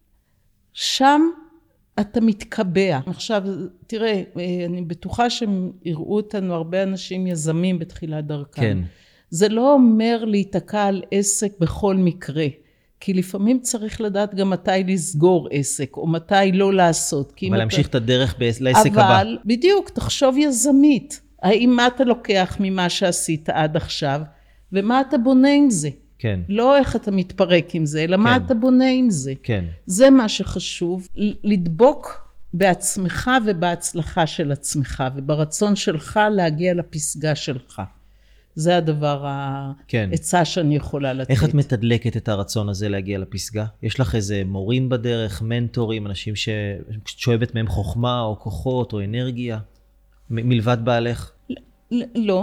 Speaker 2: שם אתה מתקבע. עכשיו, תראה, אני בטוחה שהם יראו אותנו הרבה אנשים יזמים בתחילת דרכם.
Speaker 3: כן.
Speaker 2: זה לא אומר להיתקע על עסק בכל מקרה. כי לפעמים צריך לדעת גם מתי לסגור עסק, או מתי לא לעשות.
Speaker 3: אבל להמשיך אתה... את הדרך לעסק
Speaker 2: אבל,
Speaker 3: הבא.
Speaker 2: אבל, בדיוק, תחשוב יזמית. האם מה אתה לוקח ממה שעשית עד עכשיו, ומה אתה בונה עם זה?
Speaker 3: כן.
Speaker 2: לא איך אתה מתפרק עם זה, אלא כן. מה אתה בונה עם זה.
Speaker 3: כן.
Speaker 2: זה מה שחשוב, לדבוק בעצמך ובהצלחה של עצמך, וברצון שלך להגיע לפסגה שלך. זה הדבר העצה שאני יכולה לתת.
Speaker 3: איך את מתדלקת את הרצון הזה להגיע לפסגה? יש לך איזה מורים בדרך, מנטורים, אנשים ששואבת מהם חוכמה או כוחות או אנרגיה, מלבד בעלך?
Speaker 2: לא,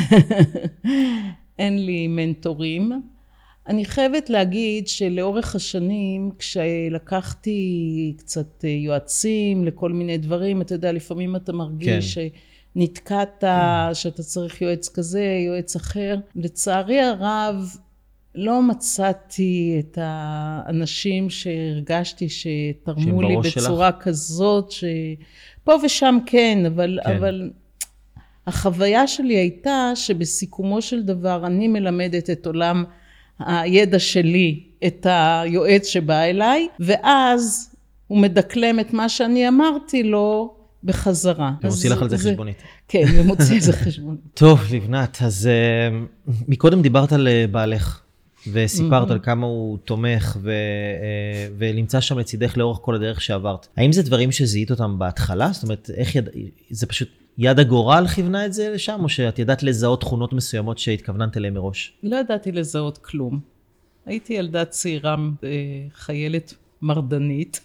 Speaker 2: אין לי מנטורים. אני חייבת להגיד שלאורך השנים, כשלקחתי קצת יועצים לכל מיני דברים, אתה יודע, לפעמים אתה מרגיש ש... נתקעת, שאתה צריך יועץ כזה, יועץ אחר. לצערי הרב, לא מצאתי את האנשים שהרגשתי שתרמו לי בצורה שלך. כזאת, שפה ושם כן, אבל, כן. אבל החוויה שלי הייתה שבסיכומו של דבר אני מלמדת את עולם הידע שלי את היועץ שבא אליי, ואז הוא מדקלם את מה שאני אמרתי לו בחזרה.
Speaker 3: ומוציא לך על זה חשבונית.
Speaker 2: כן, ומוציא על זה חשבונית.
Speaker 3: טוב, לבנת, אז uh, מקודם דיברת על בעלך, וסיפרת על כמה הוא תומך, ו, uh, ונמצא שם לצידך לאורך כל הדרך שעברת. האם זה דברים שזיהית אותם בהתחלה? זאת אומרת, איך יד... זה פשוט יד הגורל כיוונה את זה לשם, או שאת ידעת לזהות תכונות מסוימות שהתכווננת אליהן מראש?
Speaker 2: לא ידעתי לזהות כלום. הייתי ילדה צעירה, חיילת מרדנית,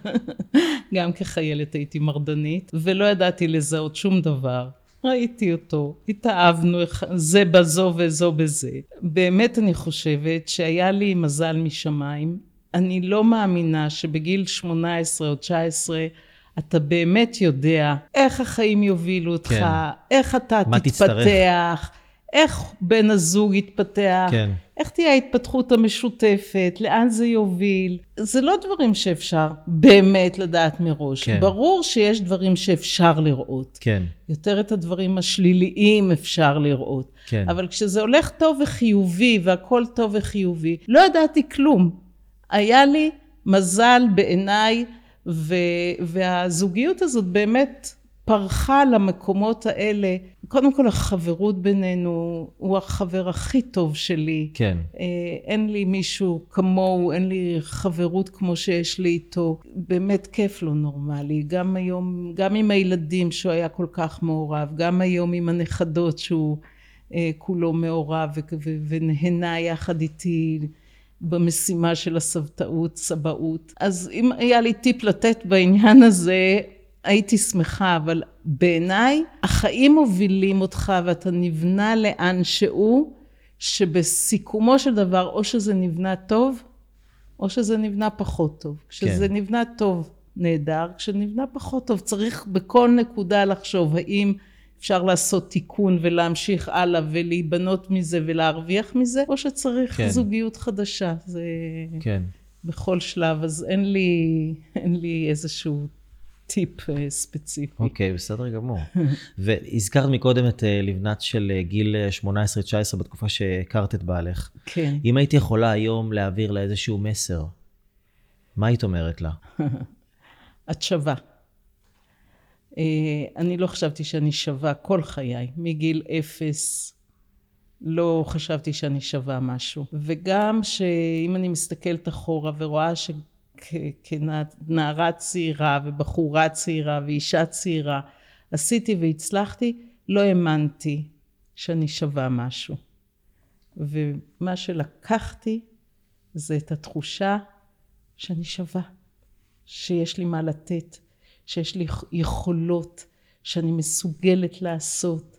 Speaker 2: גם כחיילת הייתי מרדנית, ולא ידעתי לזהות שום דבר. ראיתי אותו, התאהבנו זה בזו וזו בזה. באמת אני חושבת שהיה לי מזל משמיים. אני לא מאמינה שבגיל שמונה עשרה או תשע עשרה, אתה באמת יודע איך החיים יובילו אותך, כן. איך אתה תתפתח, תצטרך? איך בן הזוג יתפתח, כן. איך תהיה ההתפתחות המשותפת, לאן זה יוביל. זה לא דברים שאפשר באמת לדעת מראש. כן. ברור שיש דברים שאפשר לראות. כן. יותר את הדברים השליליים אפשר לראות. כן. אבל כשזה הולך טוב וחיובי, והכל טוב וחיובי, לא ידעתי כלום. היה לי מזל בעיניי, ו- והזוגיות הזאת באמת פרחה למקומות האלה. קודם כל החברות בינינו, הוא החבר הכי טוב שלי. כן. אין לי מישהו כמוהו, אין לי חברות כמו שיש לי איתו. באמת כיף לו נורמלי. גם היום, גם עם הילדים שהוא היה כל כך מעורב, גם היום עם הנכדות שהוא כולו מעורב ו- ונהנה יחד איתי במשימה של הסבתאות, סבאות. אז אם היה לי טיפ לתת בעניין הזה, הייתי שמחה, אבל בעיניי החיים מובילים אותך ואתה נבנה לאן שהוא, שבסיכומו של דבר או שזה נבנה טוב, או שזה נבנה פחות טוב. כשזה כן. נבנה טוב נהדר, כשנבנה פחות טוב צריך בכל נקודה לחשוב האם אפשר לעשות תיקון ולהמשיך הלאה ולהיבנות מזה ולהרוויח מזה, או שצריך כן. זוגיות חדשה. זה כן. בכל שלב, אז אין לי, אין לי איזשהו טיפ ספציפי.
Speaker 3: אוקיי, בסדר גמור. והזכרת מקודם את לבנת של גיל שמונה עשרה תשע עשרה בתקופה שהכרת את בעלך. כן. אם היית יכולה היום להעביר לה איזשהו מסר, מה היית אומרת לה?
Speaker 2: את שווה. אני לא חשבתי שאני שווה כל חיי. מגיל אפס לא חשבתי שאני שווה משהו. וגם שאם אני מסתכלת אחורה ורואה ש... כנערה צעירה ובחורה צעירה ואישה צעירה עשיתי והצלחתי, לא האמנתי שאני שווה משהו. ומה שלקחתי זה את התחושה שאני שווה, שיש לי מה לתת, שיש לי יכולות, שאני מסוגלת לעשות.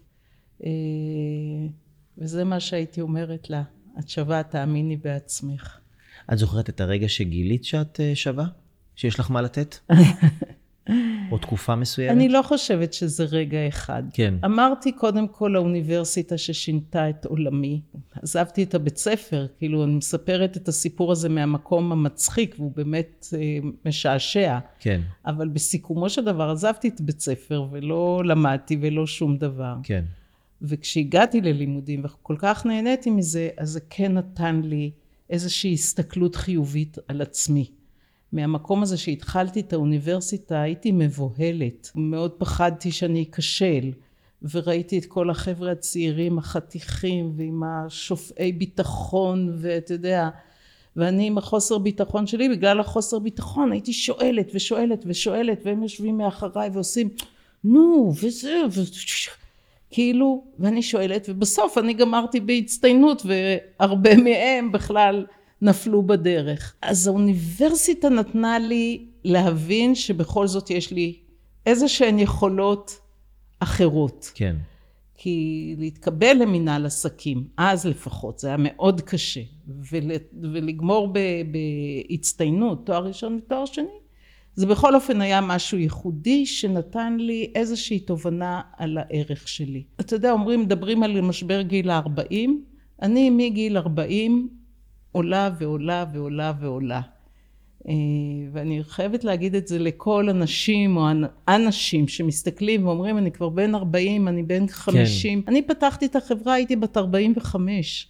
Speaker 2: וזה מה שהייתי אומרת לה, את שווה, תאמיני בעצמך.
Speaker 3: את זוכרת את הרגע שגילית שאת שווה? שיש לך מה לתת? או תקופה מסוימת?
Speaker 2: אני לא חושבת שזה רגע אחד. כן. אמרתי קודם כל לאוניברסיטה ששינתה את עולמי. עזבתי את הבית ספר, כאילו אני מספרת את הסיפור הזה מהמקום המצחיק, והוא באמת משעשע. כן. אבל בסיכומו של דבר עזבתי את בית ספר, ולא למדתי ולא שום דבר. כן. וכשהגעתי ללימודים וכל כך נהניתי מזה, אז זה כן נתן לי איזושהי הסתכלות חיובית על עצמי. מהמקום הזה שהתחלתי את האוניברסיטה הייתי מבוהלת. מאוד פחדתי שאני אכשל, וראיתי את כל החבר'ה הצעירים, החתיכים, ועם השופעי ביטחון, ואתה יודע, ואני עם החוסר ביטחון שלי, בגלל החוסר ביטחון הייתי שואלת ושואלת ושואלת, והם יושבים מאחריי ועושים, נו, וזה, וזה, כאילו, ואני שואלת, ובסוף אני גמרתי בהצטיינות, והרבה מהם בכלל נפלו בדרך. אז האוניברסיטה נתנה לי להבין שבכל זאת יש לי איזה שהן יכולות אחרות. כן. כי להתקבל למנהל עסקים, אז לפחות, זה היה מאוד קשה, ול, ולגמור ב, בהצטיינות, תואר ראשון ותואר שני, זה בכל אופן היה משהו ייחודי שנתן לי איזושהי תובנה על הערך שלי. אתה יודע, אומרים, מדברים על משבר גיל ה-ארבעים, אני מגיל ארבעים עולה ועולה ועולה ועולה. ואני חייבת להגיד את זה לכל אנשים או אנשים שמסתכלים ואומרים, אני כבר בן ארבעים, אני בן חמישים. כן. אני פתחתי את החברה, הייתי בת ארבעים וחמש.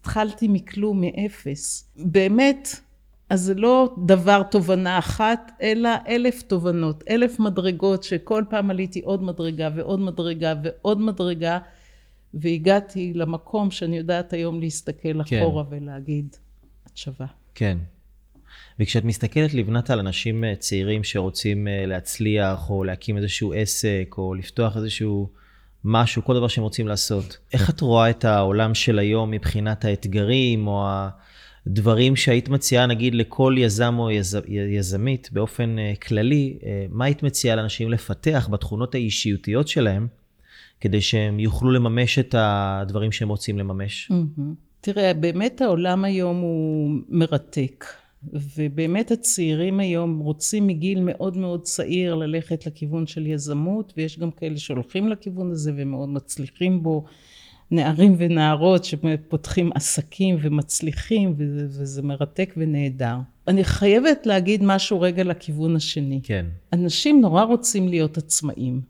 Speaker 2: התחלתי מכלום, מאפס. באמת, אז זה לא דבר תובנה אחת, אלא אלף תובנות, אלף מדרגות, שכל פעם עליתי עוד מדרגה ועוד מדרגה ועוד מדרגה, והגעתי למקום שאני יודעת היום להסתכל
Speaker 3: כן.
Speaker 2: אחורה ולהגיד, את שווה.
Speaker 3: כן. וכשאת מסתכלת לבנת על אנשים צעירים שרוצים להצליח, או להקים איזשהו עסק, או לפתוח איזשהו משהו, כל דבר שהם רוצים לעשות, איך את רואה את העולם של היום מבחינת האתגרים, או הדברים שהיית מציעה, נגיד, לכל יזם או יז... יזמית, באופן כללי, מה היית מציעה לאנשים לפתח בתכונות האישיותיות שלהם, כדי שהם יוכלו לממש את הדברים שהם רוצים לממש?
Speaker 2: תראה, באמת העולם היום הוא מרתק, ובאמת הצעירים היום רוצים מגיל מאוד מאוד צעיר ללכת לכיוון של יזמות, ויש גם כאלה שהולכים לכיוון הזה ומאוד מצליחים בו, נערים ונערות שפותחים עסקים ומצליחים, וזה מרתק ונהדר. אני חייבת להגיד משהו רגע לכיוון השני.
Speaker 3: כן.
Speaker 2: אנשים נורא רוצים להיות עצמאים.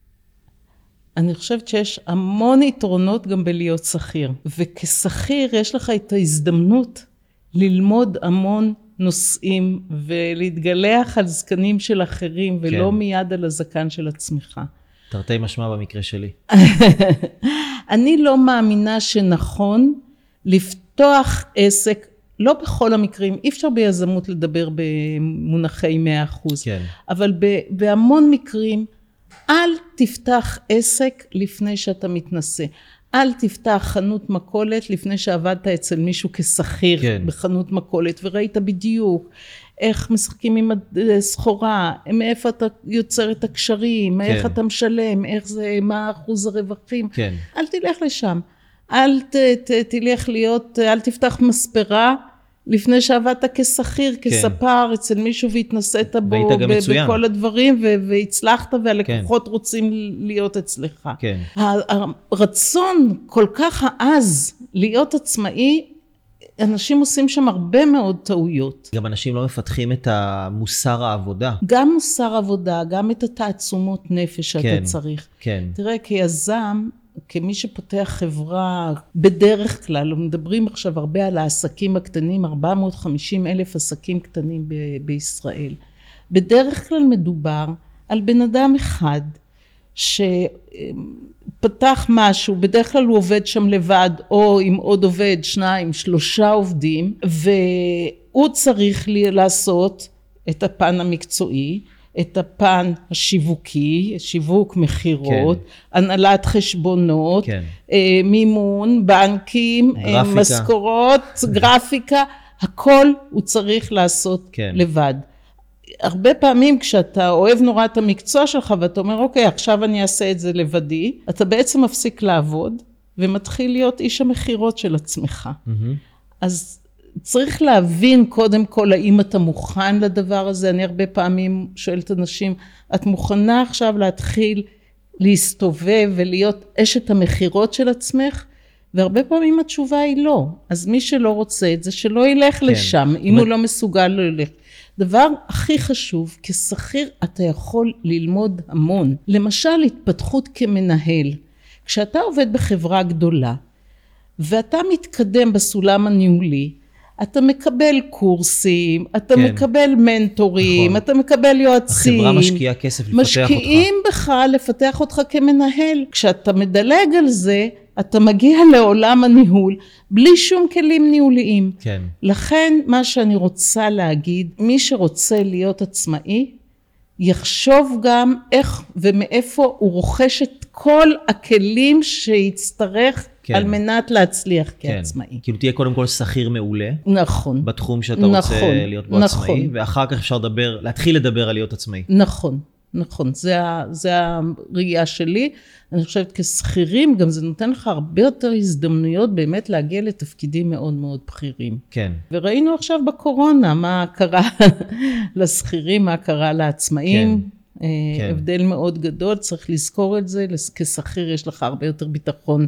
Speaker 2: אני חושבת שיש המון יתרונות גם בלהיות שכיר, וכשכיר יש לך את ההזדמנות ללמוד המון נושאים, ולהתגלח על זקנים של אחרים, ולא כן. מיד על הזקן של עצמך.
Speaker 3: תרתי משמע במקרה שלי.
Speaker 2: אני לא מאמינה שנכון לפתוח עסק, לא בכל המקרים, אי אפשר ביזמות לדבר במונחי מאה אחוז, כן. אבל בהמון מקרים, אל תפתח עסק לפני שאתה מתנסה. אל תפתח חנות מכולת לפני שעבדת אצל מישהו כשכיר כן. בחנות מכולת, וראית בדיוק איך משחקים עם הסחורה, מאיפה אתה יוצר את הקשרים, כן. איך אתה משלם, איך זה, מה אחוז הרווחים. כן. אל תלך לשם. אל ת, ת, תלך להיות, אל תפתח מספרה לפני שעבדת כשכיר, כספר, אצל מישהו והתנסית בו בכל הדברים, והצלחת, והלקוחות רוצים להיות אצלך. הרצון כל כך העז להיות עצמאי, אנשים עושים שם הרבה מאוד טעויות.
Speaker 3: גם אנשים לא מפתחים את המוסר העבודה.
Speaker 2: גם מוסר עבודה, גם את התעצומות נפש שאתה צריך. כן. תראה, כיזם, כמי שפותח חברה, בדרך כלל, מדברים עכשיו הרבה על העסקים הקטנים, ארבע מאות וחמישים אלף עסקים קטנים ב- בישראל. בדרך כלל מדובר על בן אדם אחד, שפתח משהו, בדרך כלל הוא עובד שם לבד, או עם עוד עובד, שניים, שלושה עובדים, והוא צריך לעשות את הפן המקצועי, את הפן השיווקי, שיווק מחירות, כן. הנהלת חשבונות, כן. מימון, בנקים, גרפיקה. משכורות, גרפיקה, הכל הוא צריך לעשות כן. לבד. הרבה פעמים כשאתה אוהב נורא את המקצוע שלך ואתה אומר, אוקיי, עכשיו אני אעשה את זה לבדי, אתה בעצם מפסיק לעבוד ומתחיל להיות איש המחירות של עצמך. Mm-hmm. אז צריך להבין קודם כל האם אתה מוכן לדבר הזה. אני הרבה פעמים שואלת אנשים, את מוכנה עכשיו להתחיל להסתובב ולהיות אשת המחירות של עצמך? והרבה פעמים התשובה היא לא. אז מי שלא רוצה את זה, שלא ילך כן. לשם, אם הוא לא מסוגל לא ילך. דבר הכי חשוב, כשכיר אתה יכול ללמוד המון. למשל, התפתחות כמנהל. כשאתה עובד בחברה גדולה, ואתה מתקדם בסולם הניהולי, אתה מקבל קורסים, אתה כן. מקבל מנטורים, נכון. אתה מקבל יועצים.
Speaker 3: החברה משקיעה כסף לפתח אותך.
Speaker 2: משקיעים בך לפתח אותך כמנהל. כשאתה מדלג על זה, אתה מגיע לעולם הניהול, בלי שום כלים ניהוליים. כן. לכן מה שאני רוצה להגיד, מי שרוצה להיות עצמאי, יחשוב גם איך ומאיפה הוא רוכש את כל הכלים שיצטרך כן. על מנת להצליח כעצמאי.
Speaker 3: כן. כאילו תהיה קודם כל שכיר מעולה.
Speaker 2: נכון.
Speaker 3: בתחום שאתה נכון, רוצה להיות בו נכון. עצמאי, ואחר כך אפשר לדבר, להתחיל לדבר על להיות עצמאי.
Speaker 2: נכון, נכון. זה, זה הראייה שלי. אני חושבת כשכירים, גם זה נותן לך הרבה יותר הזדמנויות באמת להגיע לתפקידים מאוד מאוד בכירים. כן. וראינו עכשיו בקורונה מה קרה לשכירים, מה קרה לעצמאים. כן. כן. הבדל מאוד גדול, צריך לזכור את זה. כשכיר יש לך הרבה יותר ביטחון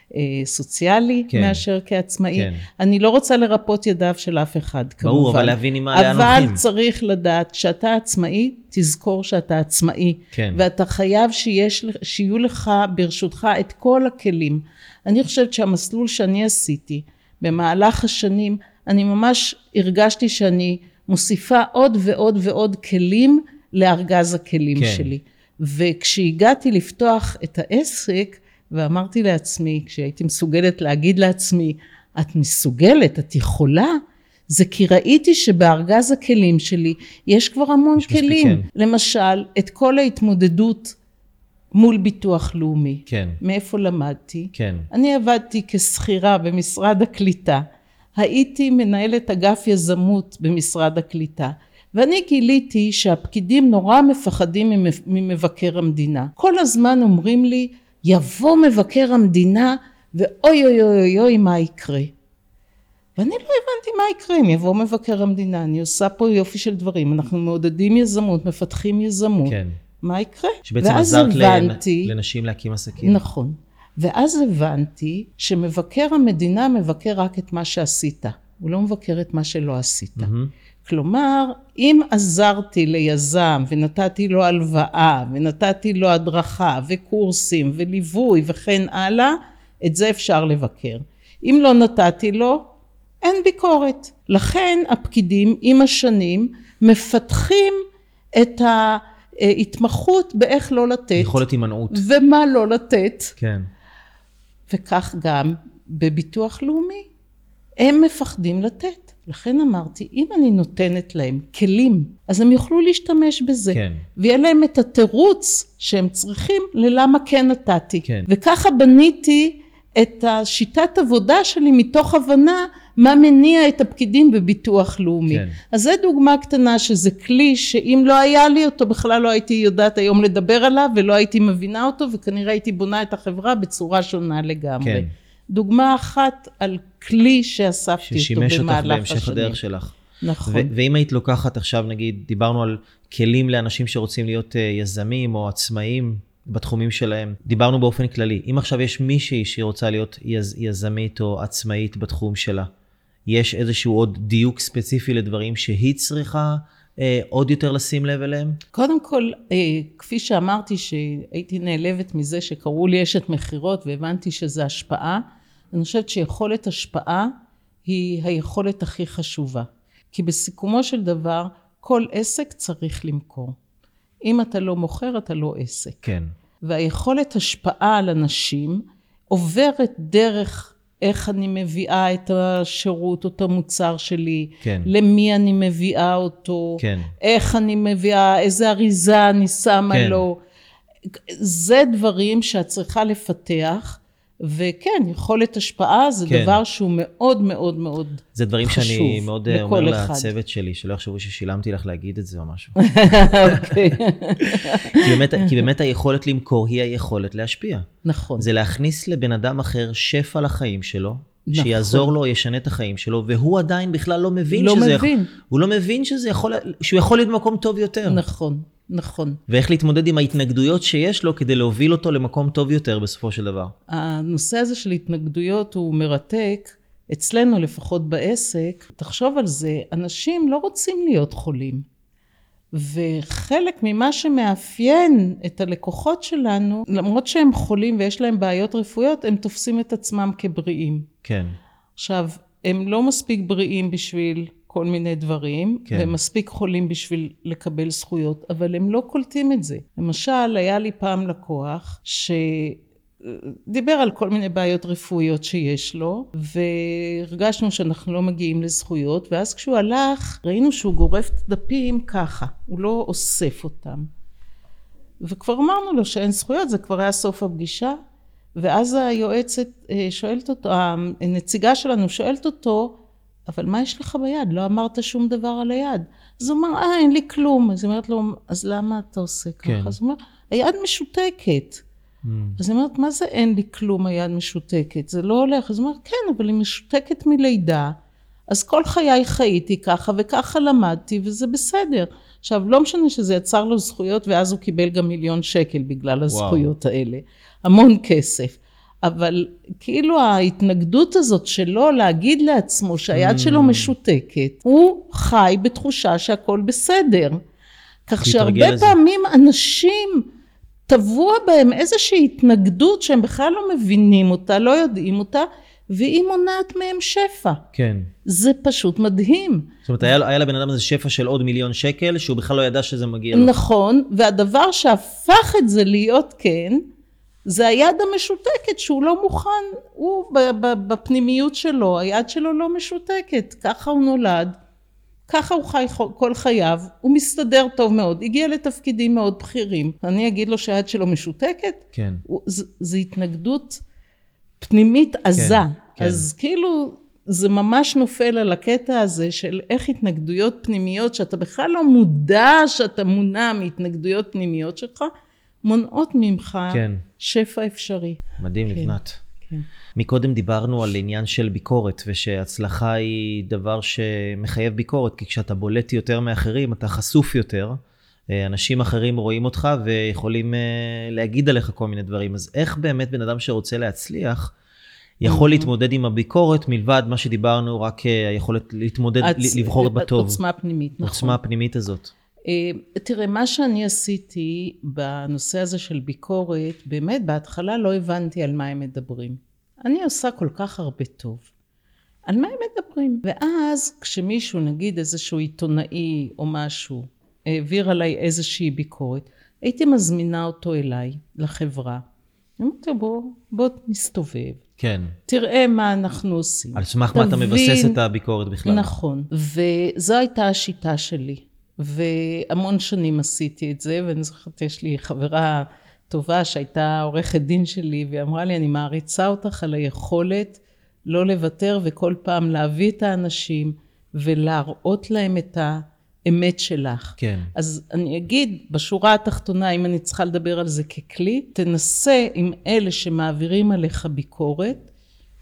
Speaker 2: סוציאלי כן. מאשר כעצמאי. כן. אני לא רוצה לרפות ידיו של אף אחד, כמובן.
Speaker 3: ברור, אבל להבין עם מה לאן
Speaker 2: הולכים. אבל צריך לדעת, שאתה עצמאי, תזכור שאתה עצמאי. כן. ואתה חייב שיש, שיהיו לך ברשותך את כל הכלים. אני חושבת שהמסלול שאני עשיתי, במהלך השנים, אני ממש הרגשתי שאני מוסיפה עוד ועוד ועוד כלים לארגז הכלים כן. שלי. וכשהגעתי לפתוח את העסק, ואמרתי לעצמי, כשהייתי מסוגלת להגיד לעצמי, את מסוגלת, את יכולה, זה כי ראיתי שבארגז הכלים שלי יש כבר המון כלים. כן. למשל, את כל ההתמודדות מול ביטוח לאומי.
Speaker 3: כן.
Speaker 2: מאיפה למדתי?
Speaker 3: כן.
Speaker 2: אני עבדתי כשכירה במשרד הקליטה. הייתי מנהלת אגף יזמות במשרד הקליטה. ואני גיליתי שהפקידים נורא מפחדים ממבקר המדינה. כל הזמן אומרים לי, יבוא מבקר המדינה, ואוי אוי אוי אוי מה יקרה. ואני לא הבנתי מה יקרה אם יבוא מבקר המדינה. אני עושה פה יופי של דברים. אנחנו מעודדים יזמות, מפתחים יזמות.
Speaker 3: כן.
Speaker 2: מה יקרה?
Speaker 3: שבעצם עזרת הבנתי, לנשים להקים עסקים.
Speaker 2: נכון. ואז הבנתי שמבקר המדינה מבקר רק את מה שעשית. הוא לא מבקר את מה שלא עשית. Mm-hmm. כלומר, אם עזרתי ליזם ונתתי לו הלוואה ונתתי לו הדרכה וקורסים וליווי וכן הלאה, את זה אפשר לבקר. אם לא נתתי לו, אין ביקורת. לכן הפקידים עם השנים מפתחים את ההתמחות באיך לא לתת.
Speaker 3: יכולת הימנעות.
Speaker 2: ומה לא לתת.
Speaker 3: כן.
Speaker 2: וכך גם בביטוח לאומי. הם מפחדים לתת. לכן אמרתי, אם אני נותנת להם כלים, אז הם יוכלו להשתמש בזה.
Speaker 3: כן.
Speaker 2: ויהיה להם את התירוץ שהם צריכים ללמה כן נתתי.
Speaker 3: כן.
Speaker 2: וככה בניתי את השיטת עבודה שלי מתוך הבנה מה מניע את הפקידים בביטוח לאומי. כן. אז זו דוגמה קטנה שזה כלי שאם לא היה לי אותו בכלל לא הייתי יודעת היום לדבר עליו ולא הייתי מבינה אותו וכנראה הייתי בונה את החברה בצורה שונה לגמרי. כן. דוגמה אחת על כלי שאספתי אותו במהלך השנים. ששימש אותך להמשך
Speaker 3: הדרך שלך.
Speaker 2: נכון.
Speaker 3: ו- ואם היית לוקחת עכשיו נגיד, דיברנו על כלים לאנשים שרוצים להיות uh, יזמים או עצמאים בתחומים שלהם, דיברנו באופן כללי. אם עכשיו יש מישהי שהיא רוצה להיות יז- יזמית או עצמאית בתחום שלה, יש איזשהו עוד דיוק ספציפי לדברים שהיא צריכה אה, עוד יותר לשים לב אליהם?
Speaker 2: קודם כל, אה, כפי שאמרתי שהייתי נעלבת מזה שקראו לי אשת מחירות והבנתי שזה השפעה, אני חושבת שיכולת השפעה היא היכולת הכי חשובה. כי בסיכומו של דבר, כל עסק צריך למכור. אם אתה לא מוכר, אתה לא עסק.
Speaker 3: כן.
Speaker 2: והיכולת השפעה על אנשים עוברת דרך איך אני מביאה את השירות, אותו מוצר שלי,
Speaker 3: כן.
Speaker 2: למי אני מביאה אותו,
Speaker 3: כן.
Speaker 2: איך אני מביאה, איזה אריזה אני שמה כן. לו. זה דברים שאת צריכה לפתח, וכן, יכולת השפעה זה כן. דבר שהוא מאוד מאוד מאוד חשוב.
Speaker 3: זה דברים שאני מאוד אומר לצוות שלי, שלא יחשבו ששילמתי לך להגיד את זה או משהו.
Speaker 2: אוקיי.
Speaker 3: כי באמת, כי באמת היכולת למכור היא היכולת להשפיע.
Speaker 2: נכון.
Speaker 3: זה להכניס לבן אדם אחר שפע לחיים שלו, נכון. שיעזור לו, ישנה את החיים שלו, והוא עדיין בכלל לא מבין
Speaker 2: לא
Speaker 3: שזה...
Speaker 2: מבין.
Speaker 3: הוא לא מבין שזה יכול, שהוא יכול להיות במקום טוב יותר.
Speaker 2: נכון. נכון.
Speaker 3: ואיך להתמודד עם ההתנגדויות שיש לו כדי להוביל אותו למקום טוב יותר בסופו של דבר.
Speaker 2: הנושא הזה של התנגדויות הוא מרתק, אצלנו לפחות בעסק, תחשוב על זה, אנשים לא רוצים להיות חולים. וחלק ממה שמאפיין את הלקוחות שלנו, למרות שהם חולים ויש להם בעיות רפואיות, הם תופסים את עצמם כבריאים.
Speaker 3: כן.
Speaker 2: עכשיו, הם לא מספיק בריאים בשביל כל מיני דברים, כן. והם מספיק חולים בשביל לקבל זכויות, אבל הם לא קולטים את זה. למשל, היה לי פעם לקוח שדיבר על כל מיני בעיות רפואיות שיש לו, והרגשנו שאנחנו לא מגיעים לזכויות, ואז כשהוא הלך, ראינו שהוא גורף דפים ככה, הוא לא אוסף אותם. וכבר אמרנו לו שאין זכויות, זה כבר היה סוף הפגישה, ואז היועצת שואלת אותו, הנציגה שלנו שואלת אותו, אבל מה יש לך ביד? לא אמרת שום דבר על היד. אז הוא אומר, אה, אין לי כלום. אז היא אומרת לו, אז למה אתה עושה ככה?
Speaker 3: כן.
Speaker 2: אז הוא אומר, היד משותקת. Mm. אז היא אומרת, מה זה אין לי כלום, היד משותקת? זה לא הולך. אז הוא אומר, כן, אבל היא משותקת מלידה. אז כל חיי חייתי ככה, וככה למדתי, וזה בסדר. עכשיו, לא משנה שזה יצר לו זכויות, ואז הוא קיבל גם מיליון שקל בגלל הזכויות וואו. האלה. המון כסף. אבל כאילו ההתנגדות הזאת שלו להגיד לעצמו שהיד mm. שלו משותקת, הוא חי בתחושה שהכל בסדר. כך שהרבה פעמים אנשים טבוע בהם איזושהי התנגדות שהם בכלל לא מבינים אותה, לא יודעים אותה, והיא מונעת מהם שפע.
Speaker 3: כן.
Speaker 2: זה פשוט מדהים.
Speaker 3: זאת אומרת, היה, היה לבן אדם הזה שפע של עוד מיליון שקל, שהוא בכלל לא ידע שזה מגיע לו.
Speaker 2: נכון, והדבר שהפך את זה להיות כן, זה היד המשותקת שהוא לא מוכן, הוא בפנימיות שלו, היד שלו לא משותקת, ככה הוא נולד, ככה הוא חי כל חייו, הוא מסתדר טוב מאוד, הגיע לתפקידים מאוד בכירים, אני אגיד לו שהיד שלו משותקת,
Speaker 3: כן.
Speaker 2: זה, זה התנגדות פנימית עזה, כן, כן. אז כאילו זה ממש נופל על הקטע הזה של איך התנגדויות פנימיות, שאתה בכלל לא מודע שאתה מונע מהתנגדויות פנימיות שלך, מונעות ממך כן. שפע אפשרי.
Speaker 3: מדהים, כן. לבנת. כן. מקודם דיברנו על עניין של ביקורת, ושהצלחה היא דבר שמחייב ביקורת, כי כשאתה בולט יותר מאחרים, אתה חשוף יותר, אנשים אחרים רואים אותך ויכולים להגיד עליך כל מיני דברים. אז איך באמת בן אדם שרוצה להצליח, יכול להתמודד עם הביקורת, מלבד מה שדיברנו, רק היכולת להתמודד, לבחור בטוב.
Speaker 2: עוצמה פנימית, נכון.
Speaker 3: עוצמה הפנימית הזאת.
Speaker 2: תראה, מה שאני עשיתי בנושא הזה של ביקורת, באמת בהתחלה לא הבנתי על מה הם מדברים. אני עושה כל כך הרבה טוב. על מה הם מדברים? ואז כשמישהו, נגיד איזשהו עיתונאי או משהו, העביר עליי איזושהי ביקורת, הייתי מזמינה אותו אליי, לחברה. אמרתי, בוא, בוא נסתובב.
Speaker 3: כן.
Speaker 2: תראה מה אנחנו עושים.
Speaker 3: על סמך מה אתה מבסס את הביקורת בכלל.
Speaker 2: נכון. וזו הייתה השיטה שלי. והמון שנים עשיתי את זה, ואני זוכרת, יש לי חברה טובה שהייתה עורכת דין שלי, והיא אמרה לי, אני מעריצה אותך על היכולת לא לוותר, וכל פעם להביא את האנשים, ולהראות להם את האמת שלך.
Speaker 3: כן.
Speaker 2: אז אני אגיד, בשורה התחתונה, אם אני צריכה לדבר על זה ככלי, תנסה עם אלה שמעבירים עליך ביקורת,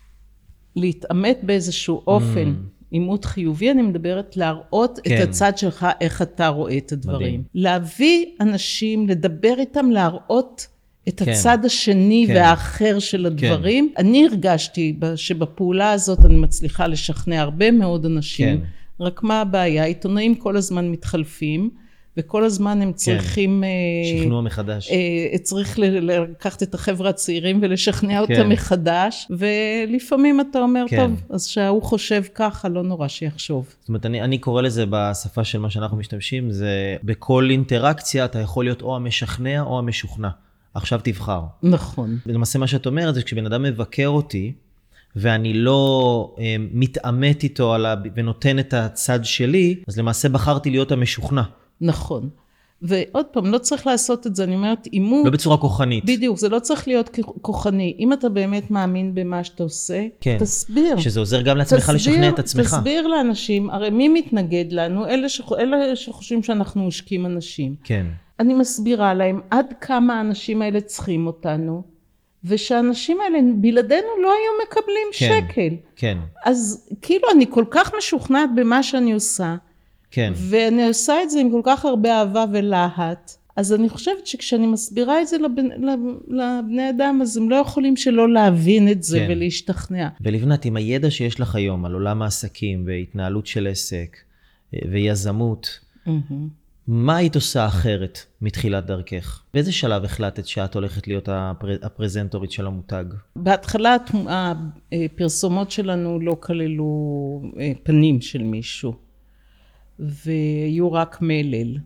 Speaker 2: להתאמת באיזשהו אופן, mm. עימות חיובי, אני מדברת להראות כן. את הצד שלך, איך אתה רואה את הדברים. מדהים. להביא אנשים, לדבר איתם, להראות את כן. הצד השני כן. והאחר של הדברים. כן. אני הרגשתי שבפעולה הזאת אני מצליחה לשכנע הרבה מאוד אנשים, כן. רק מה הבעיה? עיתונאים כל הזמן מתחלפים, וכל הזמן הם צריכים...
Speaker 3: כן. שכנוע מחדש.
Speaker 2: צריך לקחת את החבר'ה הצעירים ולשכנע אותם כן. מחדש, ולפעמים אתה אומר, כן. טוב, אז שהוא חושב ככה, לא נורא שיחשוב.
Speaker 3: זאת אומרת, אני, אני קורא לזה בשפה של מה שאנחנו משתמשים, זה בכל אינטראקציה אתה יכול להיות או המשכנע או המשוכנע. עכשיו תבחר.
Speaker 2: נכון.
Speaker 3: למעשה מה שאת אומרת זה כשבן אדם מבקר אותי, ואני לא אה, מתאמת איתו על ה... ונותן את הצד שלי, אז למעשה בחרתי להיות המשוכנע.
Speaker 2: נכון. ועוד פעם, לא צריך לעשות את זה, אני אומרת, אימות...
Speaker 3: לא בצורה כוחנית.
Speaker 2: בדיוק, זה לא צריך להיות כוחני. אם אתה באמת מאמין במה שאתה עושה, כן. תסביר.
Speaker 3: שזה עוזר גם לעצמך תסביר, לשכנע את עצמך.
Speaker 2: תסביר לאנשים, הרי מי מתנגד לנו? אלה, שח... אלה שחושבים שאנחנו משקים אנשים.
Speaker 3: כן.
Speaker 2: אני מסבירה להם עד כמה האנשים האלה צריכים אותנו, ושהאנשים האלה בלעדינו לא היו מקבלים
Speaker 3: כן,
Speaker 2: שקל.
Speaker 3: כן.
Speaker 2: אז כאילו אני כל כך משוכנעת במה שאני עושה,
Speaker 3: כן.
Speaker 2: ואני עושה את זה עם כל כך הרבה אהבה ולהט, אז אני חושבת שכשאני מסבירה את זה לבני, לבני אדם, אז הם לא יכולים שלא להבין את זה כן. ולהשתכנע.
Speaker 3: ולבנת, עם הידע שיש לך היום על עולם העסקים והתנהלות של עסק ויזמות, mm-hmm. מה היית עושה אחרת מתחילת דרכך? באיזה שלב החלטת שאת הולכת להיות הפר... הפרזנטורית של המותג?
Speaker 2: בהתחלה הפרסומות שלנו לא כללו פנים של מישהו. והיו רק מלל.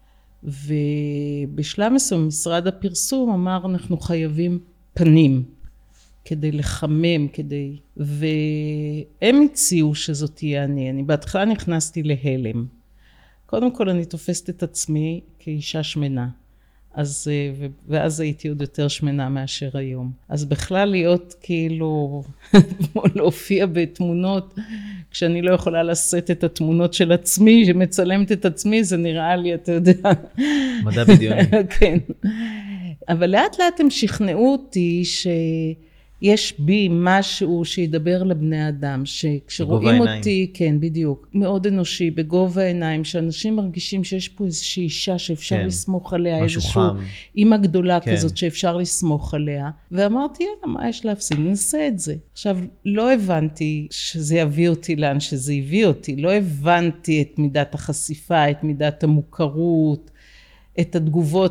Speaker 2: ובשלב מסוים משרד הפרסום אמר אנחנו חייבים פנים כדי לחמם, כדי... והם הציעו שזאת תהיה אני. אני בהתחלה נכנסתי להלם. קודם כל אני תופסת את עצמי כאישה שמנה. אז, ואז הייתי עוד יותר שמנה מאשר היום. אז בכלל להיות כאילו, להופיע בתמונות, כשאני לא יכולה לשאת את התמונות של עצמי, שמצלמת את עצמי, זה נראה לי, אתה יודע.
Speaker 3: מדע בדיוני.
Speaker 2: כן. אבל לאט לאט הם שכנעו אותי שיש בי משהו שידבר לבני אדם, שכשרואים אותי, כן, בדיוק, מאוד אנושי, בגובה העיניים, שאנשים מרגישים שיש פה איזושהי אישה שאפשר כן. לסמוך עליה, איזושהי אימא גדולה כן. כזאת שאפשר לסמוך עליה, ואמרתי, יאללה, מה יש להפסיד? ננסה את זה. עכשיו, לא הבנתי שזה יביא אותי לאן שזה הביא אותי, לא הבנתי את מידת החשיפה, את מידת המוכרות, את התגובות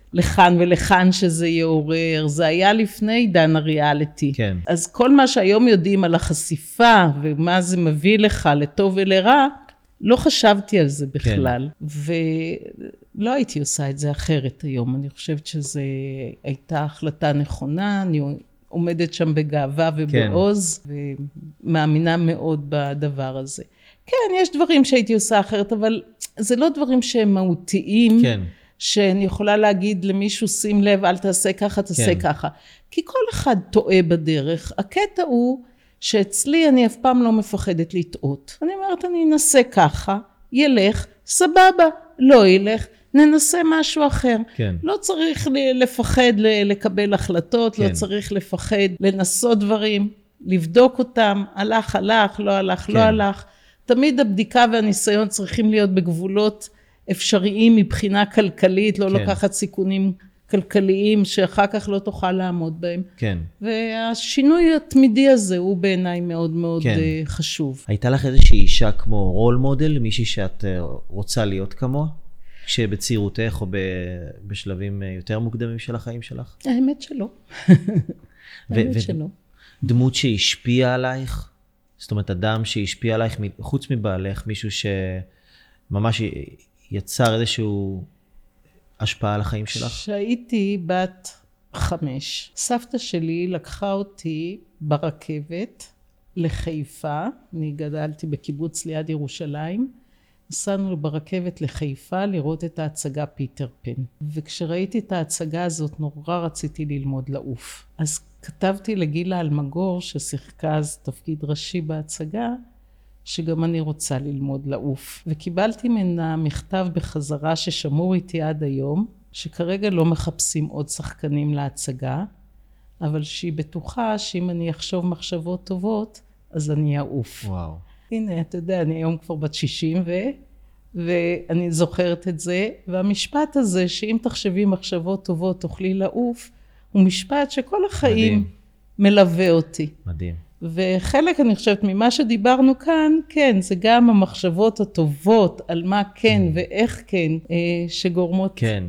Speaker 2: לכאן ולכאן שזה יעורר, זה היה לפני עידן הריאליטי.
Speaker 3: כן.
Speaker 2: אז כל מה שהיום יודעים על החשיפה ומה זה מביא לך לטוב ולרע, לא חשבתי על זה בכלל. כן. ולא הייתי עושה את זה אחרת היום. אני חושבת שזו הייתה החלטה נכונה, אני עומדת שם בגאווה ובעוז, כן. ומאמינה מאוד בדבר הזה. כן, יש דברים שהייתי עושה אחרת, אבל זה לא דברים שהם מהותיים. כן. שאני יכולה להגיד למישהו, שים לב, אל תעשה ככה, תעשה כן. ככה. כי כל אחד טועה בדרך. הקטע הוא שאצלי אני אף פעם לא מפחדת לטעות. אני אומרת, אני אנסה ככה, ילך, סבבה, לא ילך, ננסה משהו אחר. כן. לא צריך לפחד לקבל החלטות, כן. לא צריך לפחד לנסות דברים, לבדוק אותם, הלך, הלך, לא הלך, כן. לא הלך. תמיד הבדיקה והניסיון צריכים להיות בגבולות אפשריים מבחינה כלכלית, לא כן. לקחת סיכונים כלכליים שאחר כך לא תוכל לעמוד בהם. כן. והשינוי התמידי הזה הוא בעיניי מאוד מאוד כן. חשוב.
Speaker 3: הייתה לך איזושהי אישה כמו רול מודל, מישהי שאת רוצה להיות כמוה? שבצעירותך או בשלבים יותר מוקדמים של החיים שלך?
Speaker 2: האמת שלא. האמת שלא.
Speaker 3: דמות שהשפיעה עלייך? זאת אומרת, אדם שהשפיע עלייך, חוץ מבעלך, מישהו שממש יצר איזשהו השפעה על החיים שלך?
Speaker 2: כשהייתי בת חמש, סבתא שלי לקחה אותי ברכבת לחיפה, אני גדלתי בקיבוץ ליד ירושלים, נסענו ברכבת לחיפה לראות את ההצגה פיטר פן. וכשראיתי את ההצגה הזאת נורא רציתי ללמוד לעוף. אז כתבתי לגילה אלמגור ששיחקה אז תפקיד ראשי בהצגה, שגם אני רוצה ללמוד לעוף. וקיבלתי ממנה מכתב בחזרה ששמור איתי עד היום, שכרגע לא מחפשים עוד שחקנים להצגה, אבל שהיא בטוחה שאם אני אחשוב מחשבות טובות, אז אני אעוף.
Speaker 3: וואו.
Speaker 2: הנה, אתה יודע, אני היום כבר בת שישים ו... ואני זוכרת את זה, והמשפט הזה שאם תחשבי מחשבות טובות תוכלי לעוף, הוא משפט שכל החיים מדהים. מלווה אותי.
Speaker 3: מדהים.
Speaker 2: וחלק אני חושבת ממה שדיברנו כאן, כן, זה גם המחשבות הטובות על מה כן mm. ואיך כן, שגורמות כן.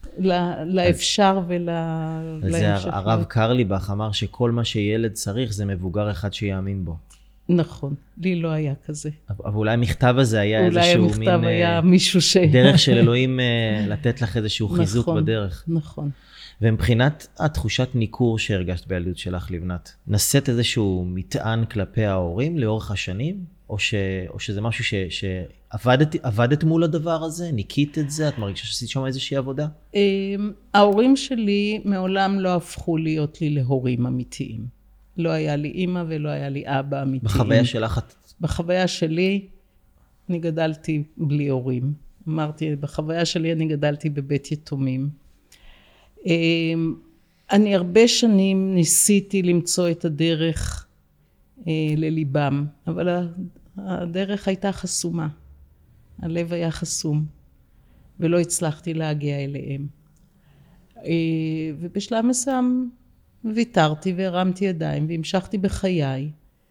Speaker 2: לאפשר ולהמשך.
Speaker 3: זה הרב קרליבך אמר שכל מה שילד צריך זה מבוגר אחד שיאמין בו.
Speaker 2: נכון, לי לא היה כזה.
Speaker 3: אבל אולי המכתב הזה היה איזשהו מין...
Speaker 2: אולי המכתב היה מישהו ש...
Speaker 3: דרך של אלוהים לתת לך איזשהו חיזוק
Speaker 2: נכון,
Speaker 3: בדרך.
Speaker 2: נכון.
Speaker 3: ומבחינת התחושת ניכור שהרגשת בילדות שלך לבנת, נשאת איזשהו מטען כלפי ההורים לאורך השנים? או, ש... או שזה משהו ש... שעבדת עבדת מול הדבר הזה? ניקית את זה? את מרגישה שעשית שם איזושהי עבודה?
Speaker 2: ההורים שלי מעולם לא הפכו להיות לי להורים אמיתיים. לא היה לי אמא ולא היה לי אבא אמיתיים.
Speaker 3: בחוויה שלך?
Speaker 2: בחוויה שלי אני גדלתי בלי הורים. אמרתי, בחוויה שלי אני גדלתי בבית יתומים. אני הרבה שנים ניסיתי למצוא את הדרך לליבם, אבל הדרך הייתה חסומה. הלב היה חסום, ולא הצלחתי להגיע אליהם. ובשלב מסוים ויתרתי והרמתי ידיים והמשכתי בחיי,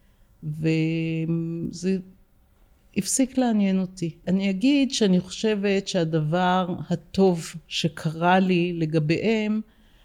Speaker 2: וזה הפסיק לעניין אותי. אני אגיד שאני חושבת שהדבר הטוב שקרה לי לגביהם,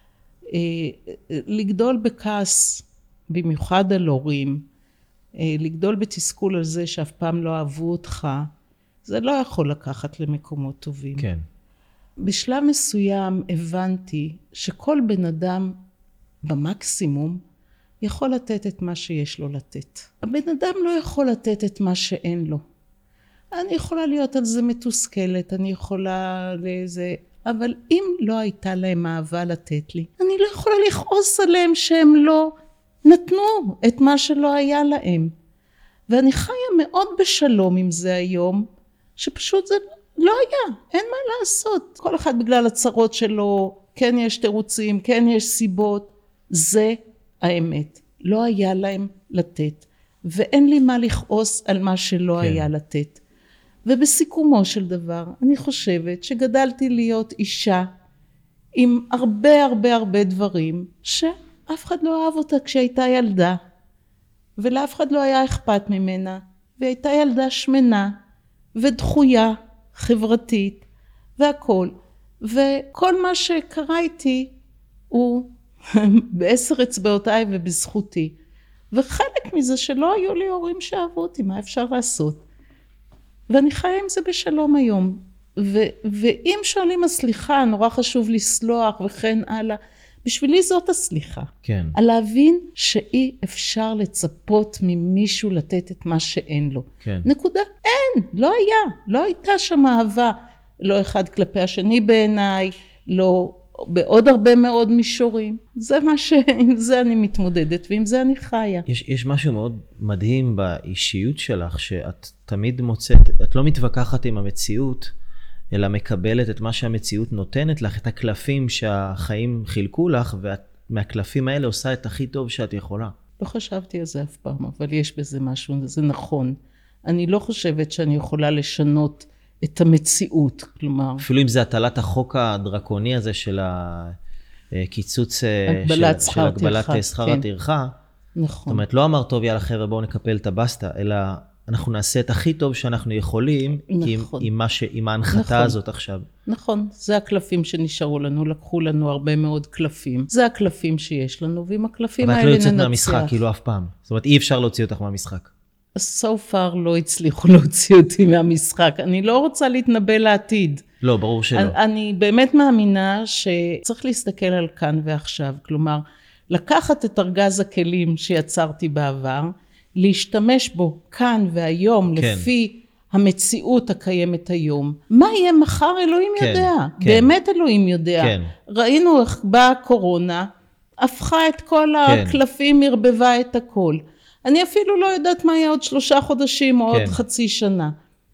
Speaker 2: לגדול בכעס, במיוחד על הורים, לגדול בתסכול על זה שאף פעם לא אהבו אותך, זה לא יכול לקחת למקומות טובים.
Speaker 3: כן.
Speaker 2: בשלב מסוים הבנתי שכל בן אדם במקסימום יכול לתת את מה שיש לו לתת. הבן אדם לא יכול לתת את מה שאין לו. אני יכולה להיות על זה מתוסכלת, אני יכולה לזה, אבל אם לא הייתה להם אהבה לתת לי, אני לא יכולה לכעוס עליהם שהם לא נתנו את מה שלא היה להם. ואני חיה מאוד בשלום עם זה היום, שפשוט זה לא היה, אין מה לעשות. כל אחד בגלל הצרות שלו, כן יש תירוצים, כן יש סיבות, זה האמת. לא היה להם לתת, ואין לי מה לכעוס על מה שלא כן. היה לתת. ובסיכומו של דבר, אני חושבת שגדלתי להיות אישה עם הרבה הרבה הרבה דברים, שאף אחד לא אהב אותה כשהייתה ילדה, ולאף אחד לא היה אכפת ממנה, והייתה ילדה שמנה, ודחויה, חברתית, והכל. וכל מה שקרה איתי הוא בעשר אצבעותיי ובזכותי. וחלק מזה שלא היו לי הורים שאהבו אותי, מה אפשר לעשות? ואני חיה עם זה בשלום היום. ו- ואם שואלים הסליחה, נורא חשוב לסלוח וכן הלאה, בשבילי זאת הסליחה.
Speaker 3: כן.
Speaker 2: על להבין שאי אפשר לצפות ממישהו לתת את מה שאין לו.
Speaker 3: כן.
Speaker 2: נקודה. אין, לא היה. לא הייתה שם אהבה. לא אחד כלפי השני בעיניי, לא בעוד הרבה מאוד מישורים. זה מה ש... עם זה אני מתמודדת ועם זה אני חיה.
Speaker 3: יש, יש משהו מאוד מדהים באישיות שלך, שאת תמיד מוצאת, את לא מתווכחת עם המציאות, אלא מקבלת את מה שהמציאות נותנת לך, את הקלפים שהחיים חילקו לך, ואת מהקלפים האלה עושה את הכי טוב שאת יכולה.
Speaker 2: לא חשבתי על זה אף פעם, אבל יש בזה משהו, זה נכון. אני לא חושבת שאני יכולה לשנות את המציאות, כלומר...
Speaker 3: אפילו אם זה הטלת החוק הדרקוני הזה של הקיצוץ,
Speaker 2: הגבלת
Speaker 3: של, של הגבלת שכר
Speaker 2: כן.
Speaker 3: הטרחה.
Speaker 2: נכון.
Speaker 3: זאת אומרת, לא אמר טוב, יאללה חבר'ה, בואו נקפל את הבסטה, אלא אנחנו נעשה את הכי טוב שאנחנו יכולים, נכון. עם, עם, ש... עם ההנחתה נכון. הזאת עכשיו.
Speaker 2: נכון, זה הקלפים שנשארו לנו, לקחו לנו הרבה מאוד קלפים. זה הקלפים שיש לנו, ועם הקלפים האלה ננצח.
Speaker 3: אבל את לא יוצאת מהמשחק, כאילו אף פעם. זאת אומרת, אי אפשר להוציא אותך מהמשחק.
Speaker 2: so far לא הצליחו להוציא אותי מהמשחק. אני לא רוצה להתנבא לעתיד.
Speaker 3: לא, ברור שלא.
Speaker 2: אני, אני באמת מאמינה שצריך להסתכל על כאן ועכשיו. כלומר, לקחת את ארגז הכלים שיצרתי בעבר, להשתמש בו כאן והיום, כן. לפי המציאות הקיימת היום. מה יהיה מחר? אלוהים כן, יודע. כן. באמת אלוהים יודע. כן. ראינו איך באה הקורונה, הפכה את כל כן. הקלפים, הרבבה את הכל. אני אפילו לא יודעת מה יהיה עוד שלושה חודשים או כן. עוד חצי שנה.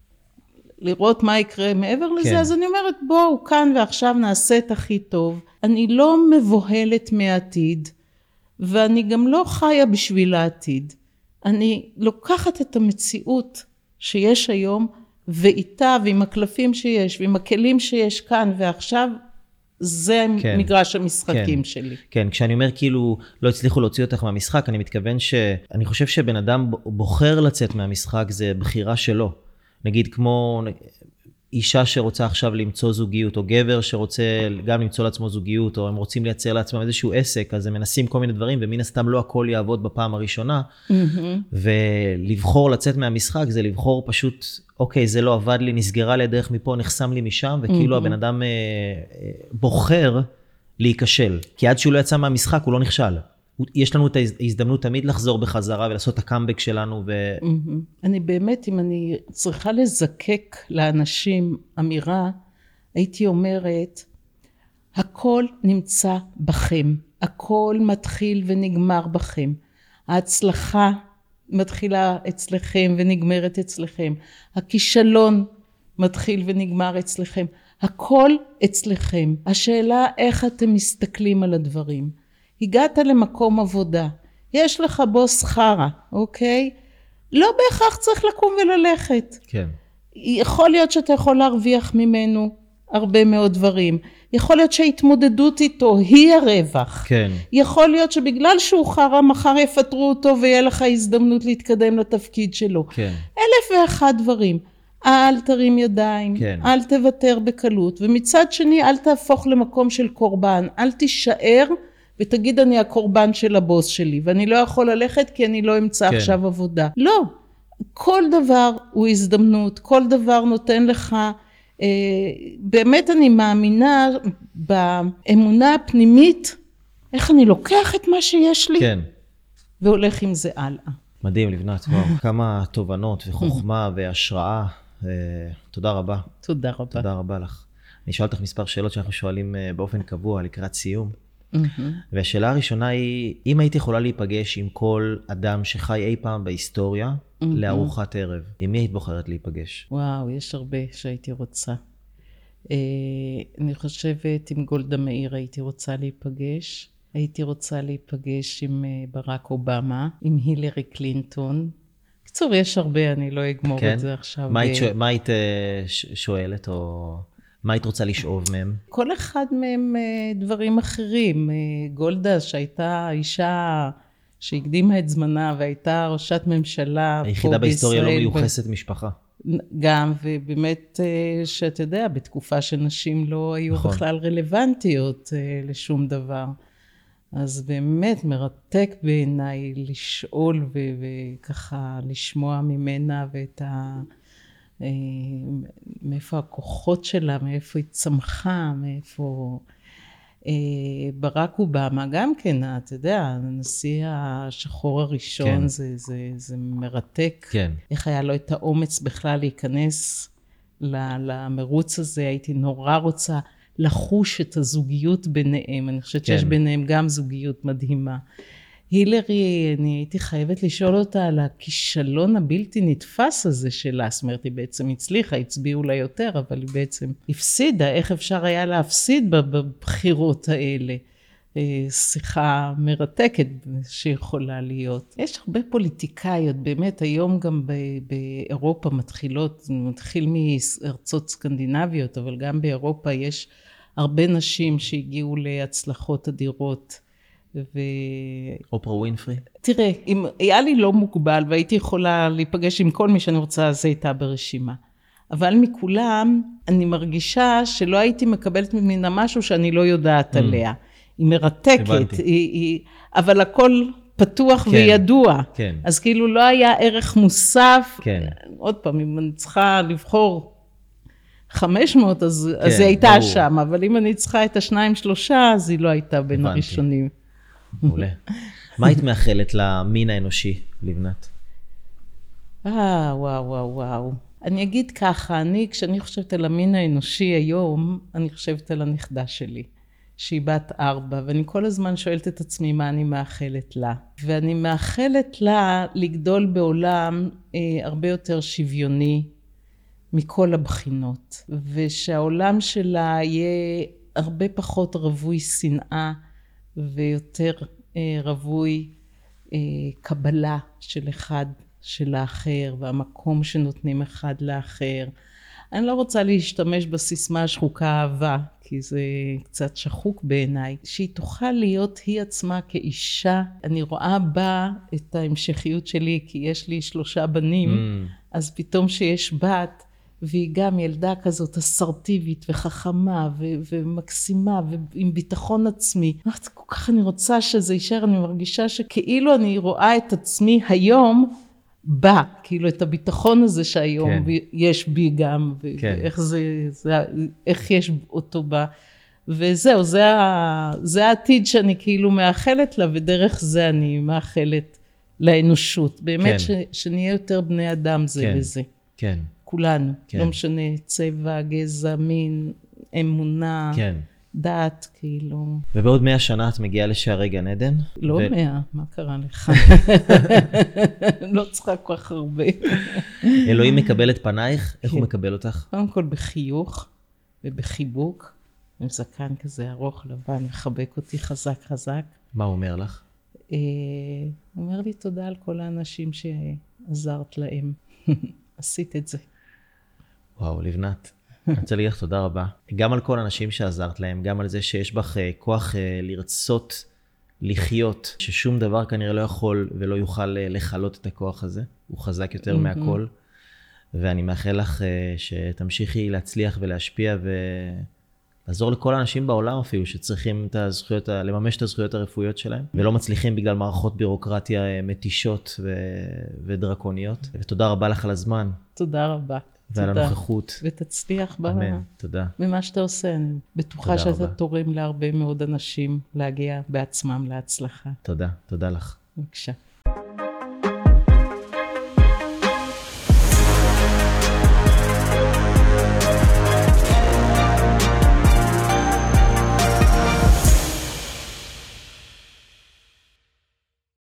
Speaker 2: לראות מה יקרה מעבר לזה, כן. אז אני אומרת, בואו כאן ועכשיו נעשה את הכי טוב. אני לא מבוהלת מהעתיד, ואני גם לא חיה בשביל העתיד. אני לוקחת את המציאות שיש היום, ואיתה ועם הקלפים שיש, ועם הכלים שיש כאן ועכשיו, זה כן, מגרש המשחקים
Speaker 3: כן,
Speaker 2: שלי.
Speaker 3: כן, כשאני אומר כאילו לא הצליחו להוציא אותך מהמשחק, אני מתכוון שאני חושב שבן אדם בוחר לצאת מהמשחק, זה בחירה שלו. נגיד כמו אישה שרוצה עכשיו למצוא זוגיות, או גבר שרוצה גם למצוא לעצמו זוגיות, או הם רוצים לייצר לעצמם איזשהו עסק, אז הם מנסים כל מיני דברים, ומן הסתם לא הכל יעבוד בפעם הראשונה, mm-hmm. ולבחור לצאת מהמשחק, זה לבחור פשוט, אוקיי, זה לא עבד לי, נסגרה לי הדרך מפה, נחסם לי משם, וכאילו mm-hmm. הבן אדם אה, אה, בוחר להיכשל, כי עד שהוא לא יצא מהמשחק, הוא לא נכשל. יש לנו את ההזדמנות תמיד לחזור בחזרה ולעשות את הקאמבק שלנו. ו...
Speaker 2: אני באמת, אם אני צריכה לזקק לאנשים אמירה, הייתי אומרת, הכל נמצא בכם, הכל מתחיל ונגמר בכם. ההצלחה מתחילה אצלכם ונגמרת אצלכם. הכישלון מתחיל ונגמר אצלכם. הכל אצלכם. השאלה איך אתם מסתכלים על הדברים. הגעת למקום עבודה, יש לך בוס חרה, אוקיי? לא בהכרח צריך לקום וללכת.
Speaker 3: כן.
Speaker 2: יכול להיות שאתה יכול להרוויח ממנו הרבה מאוד דברים. יכול להיות שההתמודדות איתו היא הרווח.
Speaker 3: כן.
Speaker 2: יכול להיות שבגלל שהוא חרה, מחר יפטרו אותו ויהיה לך הזדמנות להתקדם לתפקיד שלו.
Speaker 3: כן.
Speaker 2: אלף ואחד דברים. אל תרים ידיים, כן. אל תוותר בקלות, ומצד שני אל תהפוך למקום של קורבן, אל תישאר ותגיד אני הקורבן של הבוס שלי, ואני לא יכול ללכת כי אני לא אמצא כן. עכשיו עבודה. לא, כל דבר הוא הזדמנות, כל דבר נותן לך, אה, באמת אני מאמינה באמונה הפנימית, איך אני לוקח את מה שיש לי,
Speaker 3: כן.
Speaker 2: והולך עם זה הלאה.
Speaker 3: מדהים לבנת, וואו, כמה תובנות וחוכמה והשראה, אה, תודה רבה.
Speaker 2: תודה רבה.
Speaker 3: תודה רבה לך. אני אשאל אותך מספר שאלות שאנחנו שואלים באופן קבוע לקראת סיום. Mm-hmm. והשאלה הראשונה היא, אם היית יכולה להיפגש עם כל אדם שחי אי פעם בהיסטוריה, mm-hmm. לארוחת ערב, עם מי היית בוחרת להיפגש?
Speaker 2: וואו, יש הרבה שהייתי רוצה. אה, אני חושבת עם גולדה מאיר הייתי רוצה להיפגש. הייתי רוצה להיפגש עם ברק אובמה, עם הילרי קלינטון. קצור, יש הרבה, אני לא אגמור כן? את זה עכשיו.
Speaker 3: מה היית, מה היית שואלת או... מה היית רוצה לשאוב מהם?
Speaker 2: כל אחד מהם דברים אחרים. גולדה שהייתה אישה שהקדימה את זמנה והייתה ראשת ממשלה פה בישראל.
Speaker 3: היחידה בהיסטוריה לא מיוחסת משפחה.
Speaker 2: גם, ובאמת שאתה יודע, בתקופה שנשים לא היו נכון. בכלל רלוונטיות לשום דבר. אז באמת מרתק בעיניי לשאול ו- וככה לשמוע ממנה ואת ה... מאיפה הכוחות שלה, מאיפה היא צמחה, מאיפה... ברק אובמה גם כן, אתה יודע, הנשיא השחור הראשון, כן. זה, זה, זה מרתק.
Speaker 3: כן.
Speaker 2: איך היה לו את האומץ בכלל להיכנס למרוץ הזה, הייתי נורא רוצה לחוש את הזוגיות ביניהם, אני חושבת כן. שיש ביניהם גם זוגיות מדהימה. הילרי, אני הייתי חייבת לשאול אותה על הכישלון הבלתי נתפס הזה שלה, זאת אומרת, היא בעצם הצליחה, הצביעו לה יותר, אבל היא בעצם הפסידה, איך אפשר היה להפסיד בבחירות האלה? שיחה מרתקת שיכולה להיות. יש הרבה פוליטיקאיות, באמת היום גם באירופה מתחילות, מתחיל מארצות סקנדינביות, אבל גם באירופה יש הרבה נשים שהגיעו להצלחות אדירות, ו...
Speaker 3: אופרה ווינפרי?
Speaker 2: תראה, אם היה לי לא מוגבל והייתי יכולה להיפגש עם כל מי שאני רוצה, זה הייתה ברשימה. אבל מכולם אני מרגישה שלא הייתי מקבלת ממנה משהו שאני לא יודעת mm. עליה. היא מרתקת, היא, היא, אבל הכל פתוח כן, וידוע. כן. אז כאילו לא היה ערך מוסף. כן. עוד פעם, אם אני צריכה לבחור חמש מאות, אז, כן, אז היא הייתה ברור. שם. אבל אם אני צריכה את השניים שלושה, אז היא לא הייתה בין הבנתי. הראשונים.
Speaker 3: מעולה. מה היית מאחלת למין האנושי, לבנת?
Speaker 2: אה, וואו, וואו, וואו. אני אגיד ככה, אני, כשאני חושבת על המין האנושי היום, אני חושבת על הנכדה שלי, שהיא בת ארבע, ואני כל הזמן שואלת את עצמי מה אני מאחלת לה. ואני מאחלת לה לגדול בעולם אה, הרבה יותר שוויוני מכל הבחינות, ושהעולם שלה יהיה הרבה פחות רווי שנאה, ויותר אה, רווי אה, קבלה של אחד של האחר, והמקום שנותנים אחד לאחר. אני לא רוצה להשתמש בסיסמה השחוקה אהבה, כי זה קצת שחוק בעיניי. שהיא תוכל להיות היא עצמה כאישה. אני רואה בה את ההמשכיות שלי, כי יש לי שלושה בנים, mm. אז פתאום שיש בת, והיא גם ילדה כזאת אסרטיבית וחכמה ו- ומקסימה ועם ביטחון עצמי. כל כך אני רוצה שזה יישאר, אני מרגישה שכאילו אני רואה את עצמי היום בה, כאילו את הביטחון הזה שהיום כן. יש בי גם, כן. ואיך זה, זה, איך יש אותו בה. וזהו, זה, ה- זה העתיד שאני כאילו מאחלת לה, ודרך זה אני מאחלת לאנושות. באמת כן. ש- שנהיה יותר בני אדם זה
Speaker 3: כן.
Speaker 2: לזה.
Speaker 3: כן.
Speaker 2: כולנו, כן. לא משנה, צבע, גזע, מין, אמונה, כן. דת, כאילו.
Speaker 3: ובעוד מאה שנה את מגיעה לשערי גן עדן?
Speaker 2: לא ו... מאה, מה קרה לך? לא צריכה כל כך הרבה.
Speaker 3: אלוהים מקבל את פנייך? איך כן. הוא מקבל אותך?
Speaker 2: קודם כל בחיוך ובחיבוק, עם זקן כזה ארוך לבן, מחבק אותי חזק חזק.
Speaker 3: מה הוא אומר לך?
Speaker 2: הוא אומר לי תודה על כל האנשים שעזרת להם. עשית את זה.
Speaker 3: וואו, לבנת, אני רוצה להגיד לך תודה רבה. גם על כל האנשים שעזרת להם, גם על זה שיש בך כוח לרצות לחיות, ששום דבר כנראה לא יכול ולא יוכל לחלות את הכוח הזה. הוא חזק יותר מהכל. ואני מאחל לך שתמשיכי להצליח ולהשפיע ולעזור לכל האנשים בעולם אפילו שצריכים את הזכויות, לממש את הזכויות הרפואיות שלהם, ולא מצליחים בגלל מערכות בירוקרטיה מתישות ודרקוניות. ותודה רבה לך על הזמן.
Speaker 2: תודה רבה.
Speaker 3: ועל הנוכחות.
Speaker 2: ותצליח בה.
Speaker 3: אמן, תודה.
Speaker 2: במה שאתה עושה, אני בטוחה שאתה תורם להרבה מאוד אנשים להגיע בעצמם להצלחה.
Speaker 3: תודה, תודה לך.
Speaker 2: בבקשה.